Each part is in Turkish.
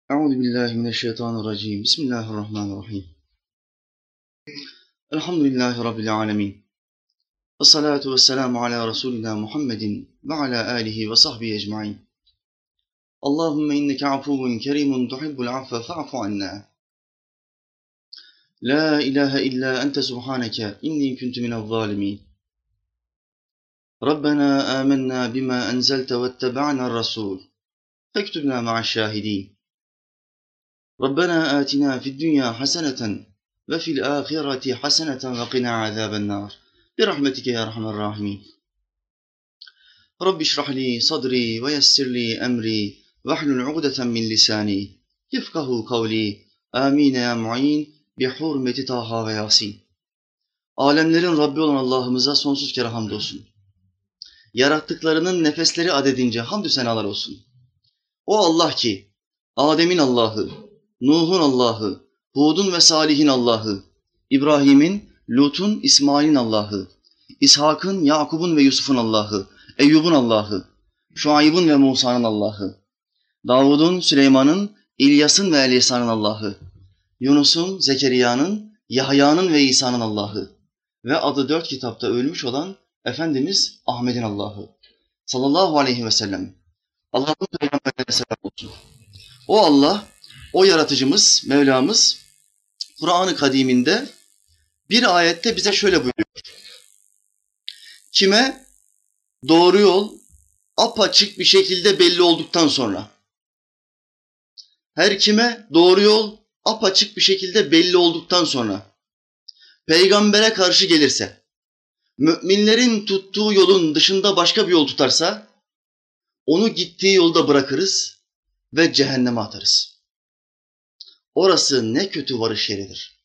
Euzubillahimineşşeytanirracim. Bismillahirrahmanirrahim. Elhamdülillahi Rabbil alemin. Vessalatu vesselamu ala Resulina Muhammedin ve ala alihi ve sahbihi ecmain. Allahümme inneke afuvun kerimun tuhibbul affe fa'fu anna. La ilahe illa ente subhaneke inni kuntu minel zalimin. Rabbena amennâ bima enzelte vettebe'nâ'r rasûl. Fektubnâ ma'aş-şâhidîn. Rabbena atina fid dünya haseneten ve fil ahireti haseneten ve qina azabennar. Bi rahmetike ya erhamer rahimin. Rabbi şrah li sadri ve yessir li emri ve hlul ugdeten min lisani yefkahu kavli. Amin ya mu'in bi hurmeti Taha ve Yasin. Alemlerin Rabbi olan Allah'ımıza sonsuz kere hamdolsun. Yarattıklarının nefesleri adedince hamdü senalar olsun. O Allah ki Adem'in Allah'ı, Nuh'un Allah'ı, Hud'un ve Salih'in Allah'ı, İbrahim'in, Lut'un, İsmail'in Allah'ı, İshak'ın, Yakub'un ve Yusuf'un Allah'ı, Eyyub'un Allah'ı, Şuayb'ın ve Musa'nın Allah'ı, Davud'un, Süleyman'ın, İlyas'ın ve Elyasa'nın Allah'ı, Yunus'un, Zekeriya'nın, Yahya'nın ve İsa'nın Allah'ı ve adı 4 kitapta ölmüş olan Efendimiz Ahmet'in Allah'ı sallallahu aleyhi ve sellem. Allah'ın peygamberine selam olsun. O Allah, o yaratıcımız, Mevlamız Kur'an-ı Kadim'inde bir ayette bize şöyle buyuruyor. Kime doğru yol apaçık bir şekilde belli olduktan sonra, her kime doğru yol apaçık bir şekilde belli olduktan sonra peygambere karşı gelirse, müminlerin tuttuğu yolun dışında başka bir yol tutarsa, onu gittiği yolda bırakırız ve cehenneme atarız. Orası ne kötü varış yeridir.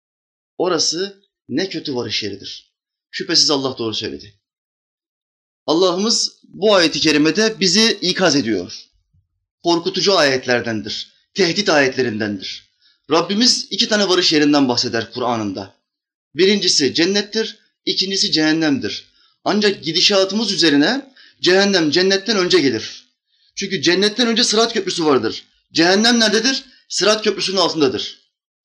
Orası ne kötü varış yeridir. Şüphesiz Allah doğru söyledi. Allah'ımız bu ayeti kerimede bizi ikaz ediyor. Korkutucu ayetlerdendir. Tehdit ayetlerindendir. Rabbimiz 2 tane varış yerinden bahseder Kur'an'ında. Birincisi cennettir, ikincisi cehennemdir. Ancak gidişatımız üzerine cehennem cennetten önce gelir. Çünkü cennetten önce Sırat Köprüsü vardır. Cehennem nerededir? Sırat Köprüsü'nün altındadır.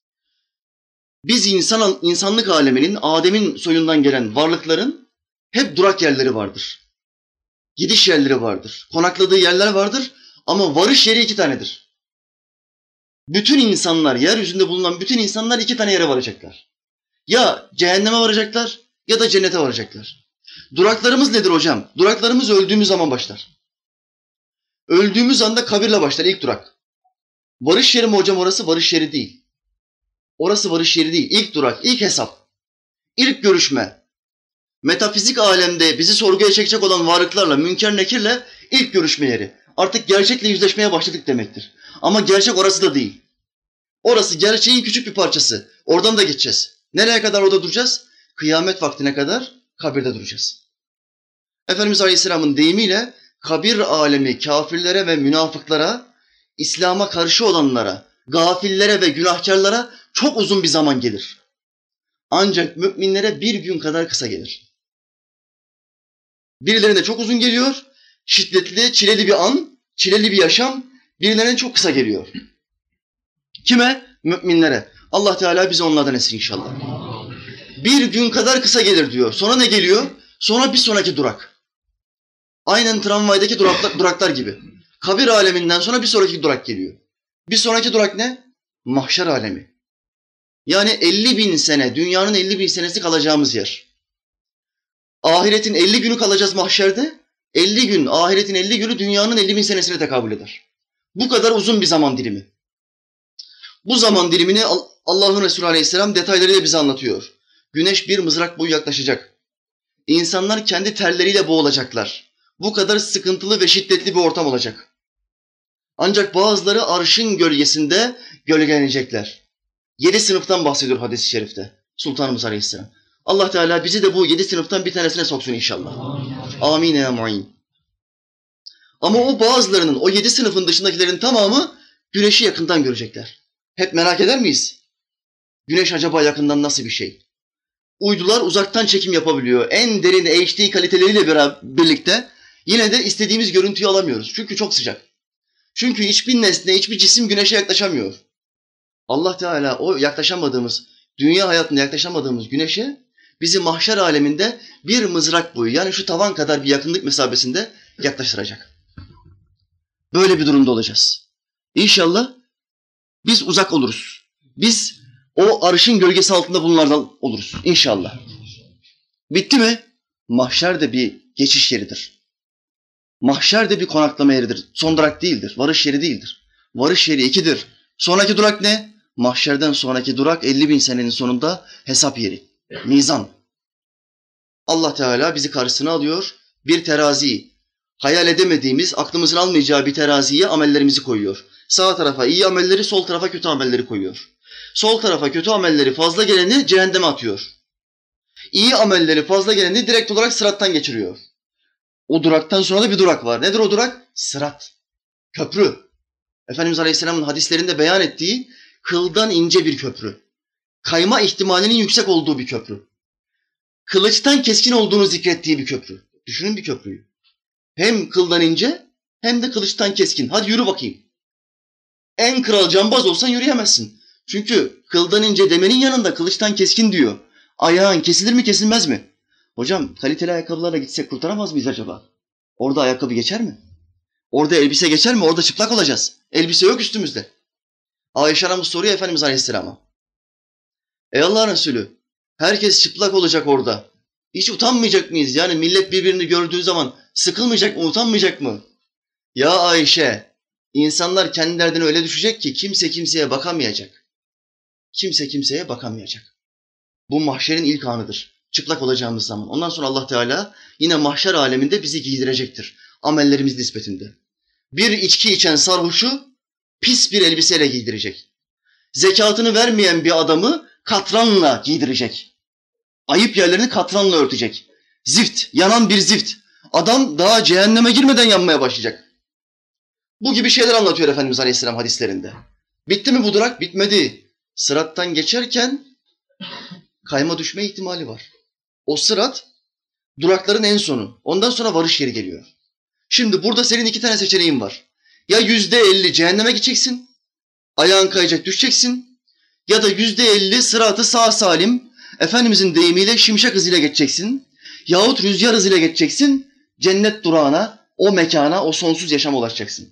Biz insanlık aleminin, Adem'in soyundan gelen varlıkların hep durak yerleri vardır. Gidiş yerleri vardır. Konakladığı yerler vardır ama varış yeri 2 tanedir. Bütün insanlar, yeryüzünde bulunan bütün insanlar 2 tane yere varacaklar. Ya cehenneme varacaklar ya da cennete varacaklar. Duraklarımız nedir hocam? Duraklarımız öldüğümüz zaman başlar. Öldüğümüz anda kabirle başlar ilk durak. Varış yeri mi hocam orası? Varış yeri değil. Orası varış yeri değil. İlk durak, ilk hesap, ilk görüşme. Metafizik alemde bizi sorguya çekecek olan varlıklarla, münker nekirle ilk görüşme yeri. Artık gerçekle yüzleşmeye başladık demektir. Ama gerçek orası da değil. Orası gerçeğin küçük bir parçası. Oradan da geçeceğiz. Nereye kadar orada duracağız? Kıyamet vaktine kadar kabirde duracağız. Efendimiz Aleyhisselam'ın deyimiyle kabir alemi kafirlere ve münafıklara, İslam'a karşı olanlara, gafillere ve günahkarlara çok uzun bir zaman gelir. Ancak müminlere 1 gün kadar kısa gelir. Birilerine çok uzun geliyor, şiddetli, çileli bir an, çileli bir yaşam, birilerine çok kısa geliyor. Kime? Müminlere. Allah Teala bizi onlardan etsin inşallah. 1 gün kadar kısa gelir diyor. Sonra ne geliyor? Sonra bir sonraki durak. Aynen tramvaydaki duraklar gibi. Kabir aleminden sonra bir sonraki durak geliyor. Bir sonraki durak ne? Mahşer alemi. Yani 50.000 sene, dünyanın 50.000 senesi kalacağımız yer. Ahiretin 50 günü kalacağız mahşerde. 50 gün, ahiretin 50 günü dünyanın 50.000 senesine tekabül eder. Bu kadar uzun bir zaman dilimi. Bu zaman dilimini Allah'ın Resulü Aleyhisselam detaylarıyla bize anlatıyor. Güneş 1 mızrak boyu yaklaşacak. İnsanlar kendi terleriyle boğulacaklar. Bu kadar sıkıntılı ve şiddetli bir ortam olacak. Ancak bazıları arşın gölgesinde gölgelenecekler. 7 sınıftan bahsediyor hadis-i şerifte Sultanımız Aleyhisselam. Allah Teala bizi de bu 7 sınıftan bir tanesine soksun inşallah. Amin ya mu'in. Ama o bazılarının, o 7 sınıfın dışındakilerin tamamı güneşi yakından görecekler. Hep merak eder miyiz? Güneş acaba yakından nasıl bir şey? Uydular uzaktan çekim yapabiliyor. En derin HD kaliteleriyle birlikte yine de istediğimiz görüntüyü alamıyoruz. Çünkü çok sıcak. Çünkü hiçbir nesne, hiçbir cisim güneşe yaklaşamıyor. Allah Teala o yaklaşamadığımız, dünya hayatında yaklaşamadığımız güneşe bizi mahşer aleminde bir mızrak boyu, yani şu tavan kadar bir yakınlık mesafesinde yaklaştıracak. Böyle bir durumda olacağız. İnşallah biz uzak oluruz. Biz o arşın gölgesi altında bulunanlardan oluruz. İnşallah. Bitti mi? Mahşer de bir geçiş yeridir. Mahşer de bir konaklama yeridir. Son durak değildir. Varış yeri değildir. Varış yeri 2'dir. Sonraki durak ne? Mahşerden sonraki durak 50.000 senenin sonunda hesap yeri. Mizan. Allah Teala bizi karşısına alıyor. Bir terazi, hayal edemediğimiz, aklımızın almayacağı bir teraziye amellerimizi koyuyor. Sağ tarafa iyi amelleri, sol tarafa kötü amelleri koyuyor. Sol tarafa kötü amelleri fazla geleni cehenneme atıyor. İyi amelleri fazla geleni direkt olarak sırattan geçiriyor. O duraktan sonra da bir durak var. Nedir o durak? Sırat. Köprü. Efendimiz Aleyhisselam'ın hadislerinde beyan ettiği kıldan ince bir köprü. Kayma ihtimalinin yüksek olduğu bir köprü. Kılıçtan keskin olduğunu zikrettiği bir köprü. Düşünün bir köprüyü. Hem kıldan ince hem de kılıçtan keskin. Hadi yürü bakayım. En kral cambaz olsan yürüyemezsin. Çünkü kıldan ince demenin yanında kılıçtan keskin diyor. Ayağın kesilir mi kesilmez mi? Hocam kaliteli ayakkabılarla gitsek kurtaramaz mıyız acaba? Orada ayakkabı geçer mi? Orada elbise geçer mi? Orada çıplak olacağız. Elbise yok üstümüzde. Ayşe anamız soruyor Efendimiz Aleyhisselam'a. Ey Allah Resulü, herkes çıplak olacak orada. Hiç utanmayacak mıyız? Yani millet birbirini gördüğü zaman sıkılmayacak mı, utanmayacak mı? Ya Ayşe, insanlar kendi derdine öyle düşecek ki kimse kimseye bakamayacak. Kimse kimseye bakamayacak. Bu mahşerin ilk anıdır. Çıplak olacağımız zaman. Ondan sonra Allah Teala yine mahşer aleminde bizi giydirecektir. Amellerimiz nispetinde. Bir içki içen sarhoşu pis bir elbiseyle giydirecek. Zekatını vermeyen bir adamı katranla giydirecek. Ayıp yerlerini katranla örtecek. Zift, yanan bir zift. Adam daha cehenneme girmeden yanmaya başlayacak. Bu gibi şeyler anlatıyor Efendimiz Aleyhisselam hadislerinde. Bitti mi bu durak? Bitmedi. Sırattan geçerken kayma düşme ihtimali var. O sırat durakların en sonu. Ondan sonra varış yeri geliyor. Şimdi burada senin 2 tane seçeneğin var. Ya %50 cehenneme gideceksin, ayağın kayacak düşeceksin. Ya da %50 sıratı sağ salim, Efendimizin deyimiyle şimşek hızıyla geçeceksin. Yahut rüzgar hızıyla geçeceksin, cennet durağına, o mekana, o sonsuz yaşama ulaşacaksın.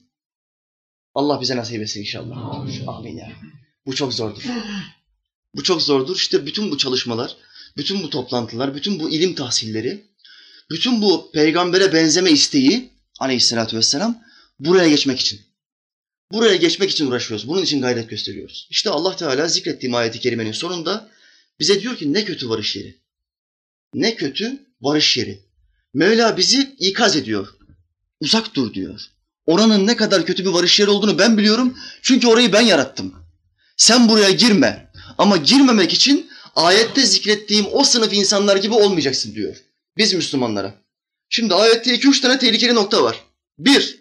Allah bize nasip etsin inşallah. Amin ya. Bu çok zordur. Bu çok zordur. İşte bütün bu çalışmalar, bütün bu toplantılar, bütün bu ilim tahsilleri, bütün bu peygambere benzeme isteği aleyhissalatü vesselam buraya geçmek için. Buraya geçmek için uğraşıyoruz. Bunun için gayret gösteriyoruz. İşte Allah Teala zikrettiğim ayet-i kerimenin sonunda bize diyor ki ne kötü varış yeri. Ne kötü varış yeri. Mevla bizi ikaz ediyor. Uzak dur diyor. Oranın ne kadar kötü bir varış yeri olduğunu ben biliyorum. Çünkü orayı ben yarattım. Sen buraya girme. Ama girmemek için ayette zikrettiğim o sınıf insanlar gibi olmayacaksın diyor. Biz Müslümanlara. Şimdi ayette 2-3 tane tehlikeli nokta var. 1.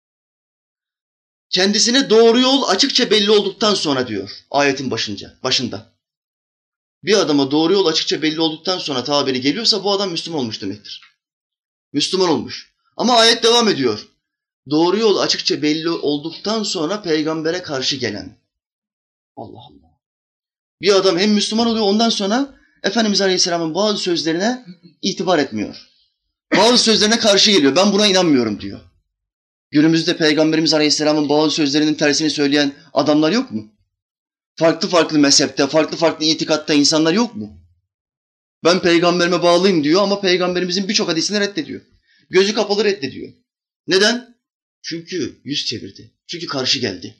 Kendisine doğru yol açıkça belli olduktan sonra diyor ayetin başında. Bir adama doğru yol açıkça belli olduktan sonra tabiri geliyorsa bu adam Müslüman olmuş demektir. Müslüman olmuş. Ama ayet devam ediyor. Doğru yol açıkça belli olduktan sonra peygambere karşı gelen. Allah Allah. Bir adam hem Müslüman oluyor ondan sonra Efendimiz Aleyhisselam'ın bazı sözlerine itibar etmiyor. Bazı sözlerine karşı geliyor. Ben buna inanmıyorum diyor. Günümüzde Peygamberimiz Aleyhisselam'ın bazı sözlerinin tersini söyleyen adamlar yok mu? Farklı farklı mezhepte, farklı farklı itikatta insanlar yok mu? Ben peygamberime bağlıyım diyor ama peygamberimizin birçok hadisini reddediyor. Gözü kapalı reddediyor. Neden? Çünkü yüz çevirdi. Çünkü karşı geldi.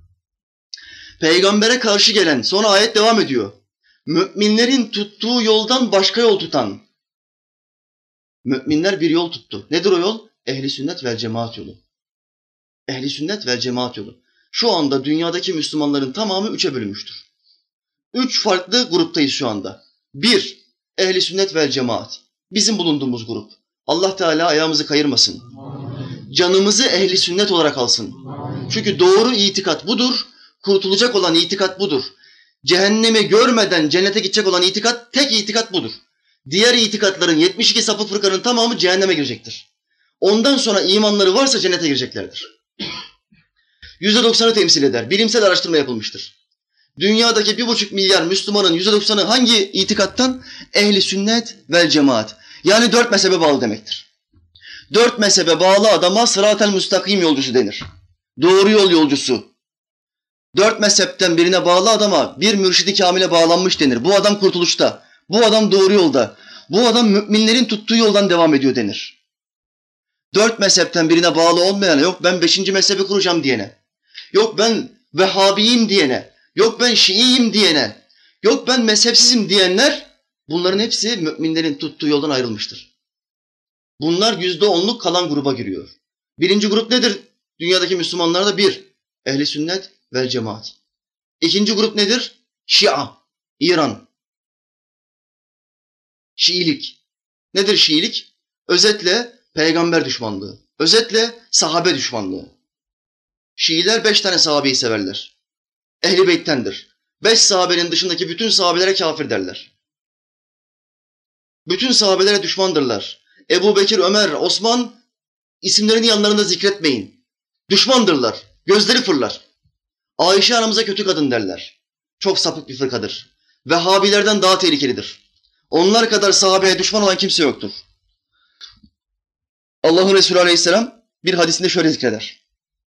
Peygambere karşı gelen, sonra ayet devam ediyor. Müminlerin tuttuğu yoldan başka yol tutan. Müminler bir yol tuttu. Nedir o yol? Ehli sünnet vel cemaat yolu. Ehli sünnet vel cemaat yolu. Şu anda dünyadaki Müslümanların tamamı 3'e bölünmüştür. 3 farklı gruptayız şu anda. 1. Ehli sünnet vel cemaat. Bizim bulunduğumuz grup. Allah Teala ayağımızı kayırmasın. Canımızı ehli sünnet olarak alsın. Çünkü doğru itikat budur. Kurtulacak olan itikat budur. Cehennemi görmeden cennete gidecek olan itikat, tek itikat budur. Diğer itikatların 72 sapık fırkanın tamamı cehenneme girecektir. Ondan sonra imanları varsa cennete gireceklerdir. %90'ı temsil eder. Bilimsel araştırma yapılmıştır. Dünyadaki 1,5 milyar Müslümanın %90'ı hangi itikattan? Ehli sünnet vel cemaat. Yani 4 mezhebe bağlı demektir. 4 mezhebe bağlı adama sırat-el müstakim yolcusu denir. Doğru yol yolcusu. 4 mezhepten birine bağlı adama bir mürşidi kamile bağlanmış denir. Bu adam kurtuluşta. Bu adam doğru yolda. Bu adam müminlerin tuttuğu yoldan devam ediyor denir. 4 mezhepten birine bağlı olmayana, yok ben 5. mezhebi kuracağım diyene, yok ben Vehhabiyim diyene, yok ben Şiiyim diyene, yok ben mezhepsizim diyenler, bunların hepsi müminlerin tuttuğu yoldan ayrılmıştır. Bunlar %10'luk kalan gruba giriyor. Birinci grup nedir? Dünyadaki Müslümanlarda bir, ehli sünnet vel cemaat. İkinci grup nedir? Şia, İran. Şiilik. Nedir Şiilik? Özetle peygamber düşmanlığı. Özetle sahabe düşmanlığı. Şiiler 5 tane sahabeyi severler. Ehl-i Beyt'tendir. 5 sahabenin dışındaki bütün sahabelere kafir derler. Bütün sahabelere düşmandırlar. Ebu Bekir, Ömer, Osman isimlerini yanlarında zikretmeyin. Düşmandırlar. Gözleri fırlar. Ayşe anamıza kötü kadın derler. Çok sapık bir fırkadır. Vehhabilerden daha tehlikelidir. Onlar kadar sahabeye düşman olan kimse yoktur. Allah'ın Resulü Aleyhisselam bir hadisinde şöyle zikreder.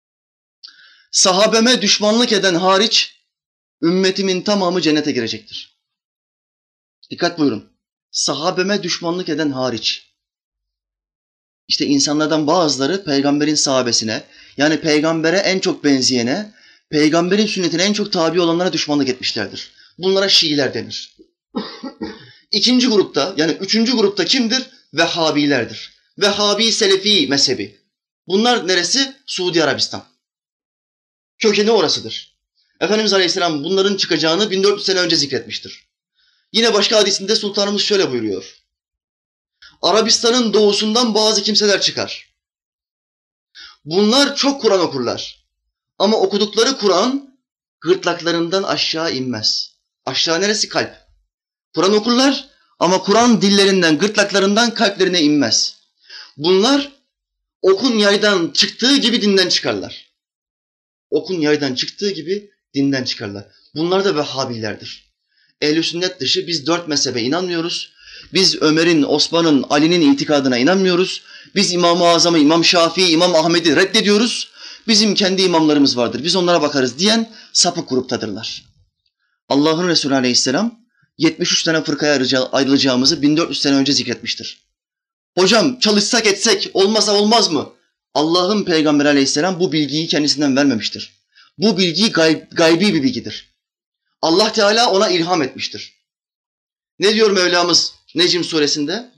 Sahabeme düşmanlık eden hariç ümmetimin tamamı cennete girecektir. Dikkat buyurun. Sahabeme düşmanlık eden hariç. İşte insanlardan bazıları peygamberin sahabesine, yani peygambere en çok benzeyene, peygamberin sünnetine en çok tabi olanlara düşmanlık etmişlerdir. Bunlara Şiiler denir. İkinci grupta, yani üçüncü grupta kimdir? Vehhabilerdir. Vehhabi Selefi mezhebi. Bunlar neresi? Suudi Arabistan. Kökeni orasıdır. Efendimiz Aleyhisselam bunların çıkacağını 1400 sene önce zikretmiştir. Yine başka hadisinde sultanımız şöyle buyuruyor. Arabistan'ın doğusundan bazı kimseler çıkar. Bunlar çok Kur'an okurlar. Ama okudukları Kur'an gırtlaklarından aşağı inmez. Aşağı neresi? Kalp. Kur'an okurlar ama Kur'an dillerinden, gırtlaklarından kalplerine inmez. Bunlar okun yaydan çıktığı gibi dinden çıkarlar. Okun yaydan çıktığı gibi dinden çıkarlar. Bunlar da Vehhabilerdir. Ehl-i sünnet dışı biz 4 mezhebe inanmıyoruz. Biz Ömer'in, Osman'ın, Ali'nin itikadına inanmıyoruz. Biz İmam-ı Azam'ı, İmam Şafii, İmam Ahmet'i reddediyoruz. Bizim kendi imamlarımız vardır. Biz onlara bakarız diyen sapık gruptadırlar. Allah'ın Resulü Aleyhisselam 73 tane fırkaya ayrılacağımızı 1400 sene önce zikretmiştir. Hocam çalışsak etsek olmasa olmaz mı? Allah'ın Peygamberi Aleyhisselam bu bilgiyi kendisinden vermemiştir. Bu bilgi gaybi bir bilgidir. Allah Teala ona ilham etmiştir. Ne diyor Mevlamız Necm suresinde?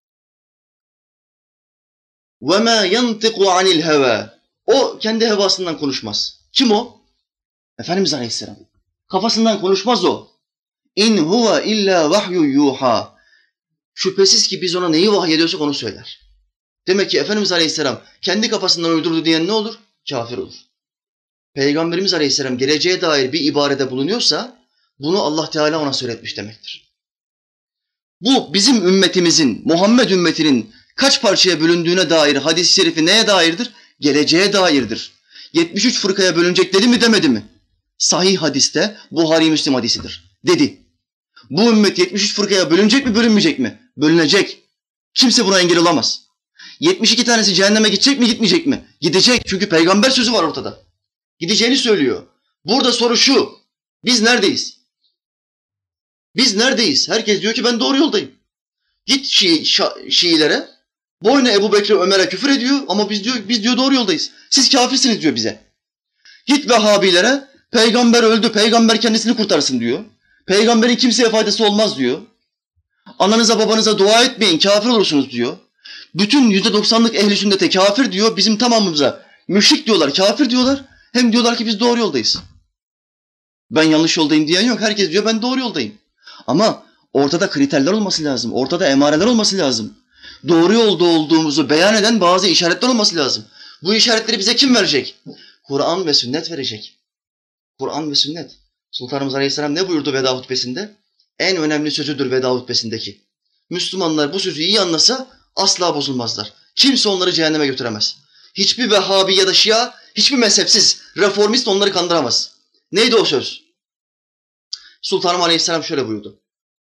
وَمَا يَنْتِقُ عَنِ الْهَوَى O kendi hevasından konuşmaz. Kim o? Efendimiz Aleyhisselam. Kafasından konuşmaz o. İn huve illa vahyu yuha. Şüphesiz ki biz ona neyi vahyediyorsak onu söyler. Demek ki Efendimiz Aleyhisselam kendi kafasından uydurdu diyen ne olur? Kafir olur. Peygamberimiz Aleyhisselam geleceğe dair bir ibarede bulunuyorsa bunu Allah Teala ona söyletmiş demektir. Bu bizim ümmetimizin, Muhammed ümmetinin kaç parçaya bölündüğüne dair hadis-i şerifi neye dairdir? Geleceğe dairdir. 73 fırkaya bölünecek dedi mi demedi mi? Sahih hadiste Buhari Müslim hadisidir. Dedi. Bu ümmet 73 fırkaya bölünecek mi bölünmeyecek mi? Bölünecek. Kimse buna engel olamaz. 72 tanesi cehenneme gidecek mi gitmeyecek mi? Gidecek çünkü peygamber sözü var ortada. Gideceğini söylüyor. Burada soru şu. Biz neredeyiz? Biz neredeyiz? Herkes diyor ki ben doğru yoldayım. Git Şiilere. Boyuna Ebu Bekir'e, Ömer'e küfür ediyor ama biz diyor doğru yoldayız. Siz kafirsiniz diyor bize. Git Vehhabilere. Peygamber öldü. Peygamber kendisini kurtarsın diyor. Peygamberin kimseye faydası olmaz diyor. Ananıza babanıza dua etmeyin. Kafir olursunuz diyor. Bütün %90'lık ehli sünnete kafir diyor. Bizim tamamımıza müşrik diyorlar, kafir diyorlar. Hem diyorlar ki biz doğru yoldayız. Ben yanlış yoldayım diyen yok. Herkes diyor ben doğru yoldayım. Ama ortada kriterler olması lazım. Ortada emareler olması lazım. Doğru yolda olduğumuzu beyan eden bazı işaretler olması lazım. Bu işaretleri bize kim verecek? Kur'an ve sünnet verecek. Kur'an ve sünnet. Sultanımız Aleyhisselam ne buyurdu veda hutbesinde? En önemli sözüdür veda hutbesindeki. Müslümanlar bu sözü iyi anlasa asla bozulmazlar. Kimse onları cehenneme götüremez. Hiçbir Vehhabi ya da Şia Hiçbir mezhepsiz, reformist onları kandıramaz. Neydi o söz? Sultanım Aleyhisselam şöyle buyurdu.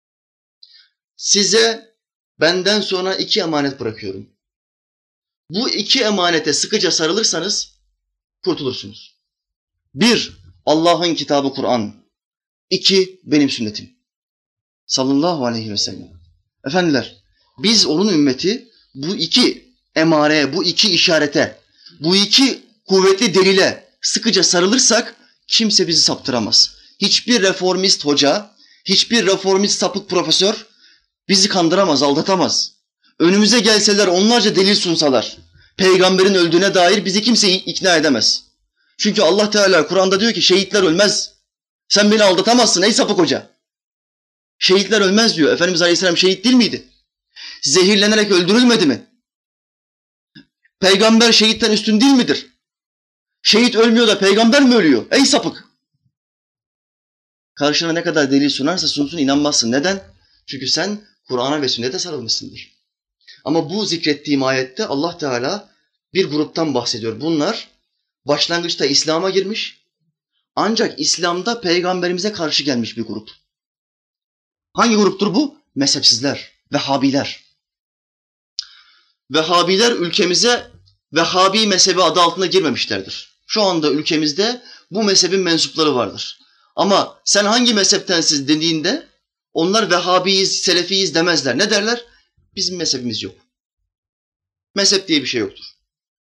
Size benden sonra 2 emanet bırakıyorum. Bu 2 emanete sıkıca sarılırsanız kurtulursunuz. 1. Allah'ın kitabı Kur'an. 2. Benim sünnetim. Sallallahu aleyhi ve sellem. Efendiler, biz onun ümmeti bu 2 emareye, bu 2 işarete, bu 2 kuvvetli delile sıkıca sarılırsak kimse bizi saptıramaz. Hiçbir reformist hoca, hiçbir reformist sapık profesör bizi kandıramaz, aldatamaz. Önümüze gelseler, onlarca delil sunsalar, peygamberin öldüğüne dair bizi kimse ikna edemez. Çünkü Allah Teala Kur'an'da diyor ki şehitler ölmez. Sen beni aldatamazsın ey sapık hoca. Şehitler ölmez diyor. Efendimiz Aleyhisselam şehit değil miydi? Zehirlenerek öldürülmedi mi? Peygamber şehitten üstün değil midir? Şehit ölmüyor da peygamber mi ölüyor? Ey sapık! Karşına ne kadar delil sunarsa sunsun inanmazsın. Neden? Çünkü sen Kur'an'a ve sünnete sarılmışsındır. Ama bu zikrettiğim ayette Allah Teala bir gruptan bahsediyor. Bunlar başlangıçta İslam'a girmiş, ancak İslam'da peygamberimize karşı gelmiş bir grup. Hangi gruptur bu? Mezhepsizler, Vehhabiler. Vehhabiler ülkemize Vehhabi mezhebi adı altında girmemişlerdir. Şu anda ülkemizde bu mezhebin mensupları vardır. Ama sen hangi mezheptensiz dediğinde onlar Vehhabiyiz, Selefiyiz demezler. Ne derler? Bizim mezhebimiz yok. Mezhep diye bir şey yoktur.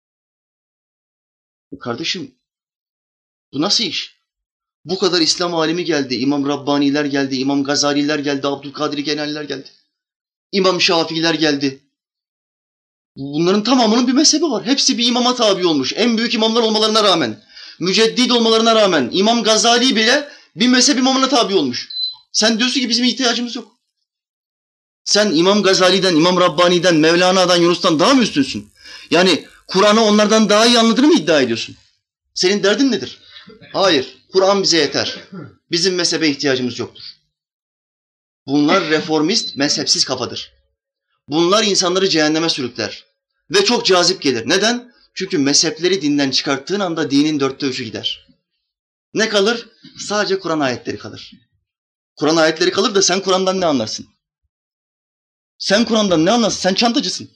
Kardeşim, bu nasıl iş? Bu kadar İslam alimi geldi, İmam Rabbaniler geldi, İmam Gazaliler geldi, Abdülkadir Geneliler geldi, İmam Şafiiler geldi. Bunların tamamının bir mezhebi var. Hepsi bir imama tabi olmuş. En büyük imamlar olmalarına rağmen, müceddid olmalarına rağmen İmam Gazali bile bir mezhep imamına tabi olmuş. Sen diyorsun ki bizim ihtiyacımız yok. Sen İmam Gazali'den, İmam Rabbani'den, Mevlana'dan, Yunus'tan daha mı üstünsün? Yani Kur'an'ı onlardan daha iyi anladığını mı iddia ediyorsun? Senin derdin nedir? Hayır, Kur'an bize yeter. Bizim mezhebe ihtiyacımız yoktur. Bunlar reformist, mezhepsiz kafadır. Bunlar insanları cehenneme sürükler. Ve çok cazip gelir. Neden? Çünkü mezhepleri dinden çıkarttığın anda dinin 3'te 3'ü gider. Ne kalır? Sadece Kur'an ayetleri kalır. Kur'an ayetleri kalır da sen Kur'an'dan ne anlarsın? Sen Kur'an'dan ne anlarsın? Sen çantacısın.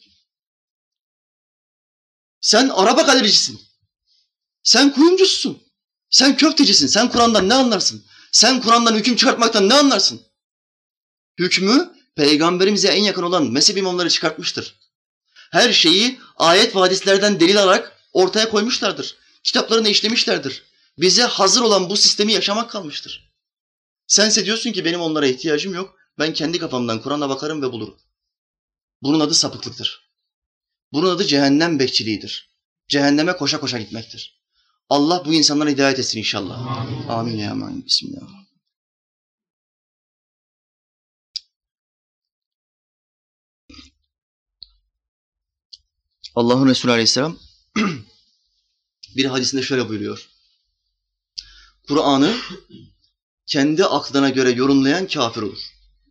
Sen araba galericisin. Sen kuyumcusun. Sen köftecisin. Sen Kur'an'dan ne anlarsın? Sen Kur'an'dan hüküm çıkartmaktan ne anlarsın? Hükmü peygamberimize en yakın olan mezhep imamları çıkartmıştır. Her şeyi ayet ve hadislerden delil alarak ortaya koymuşlardır. Kitaplarını işlemişlerdir. Bize hazır olan bu sistemi yaşamak kalmıştır. Sense diyorsun ki benim onlara ihtiyacım yok. Ben kendi kafamdan Kur'an'a bakarım ve bulurum. Bunun adı sapıklıktır. Bunun adı cehennem bekçiliğidir. Cehenneme koşa koşa gitmektir. Allah bu insanlara hidayet etsin inşallah. Amin. Amin ya amin. Bismillahirrahmanirrahim. Allah'ın Resulü Aleyhisselam bir hadisinde şöyle buyuruyor. Kur'an'ı kendi aklına göre yorumlayan kafir olur.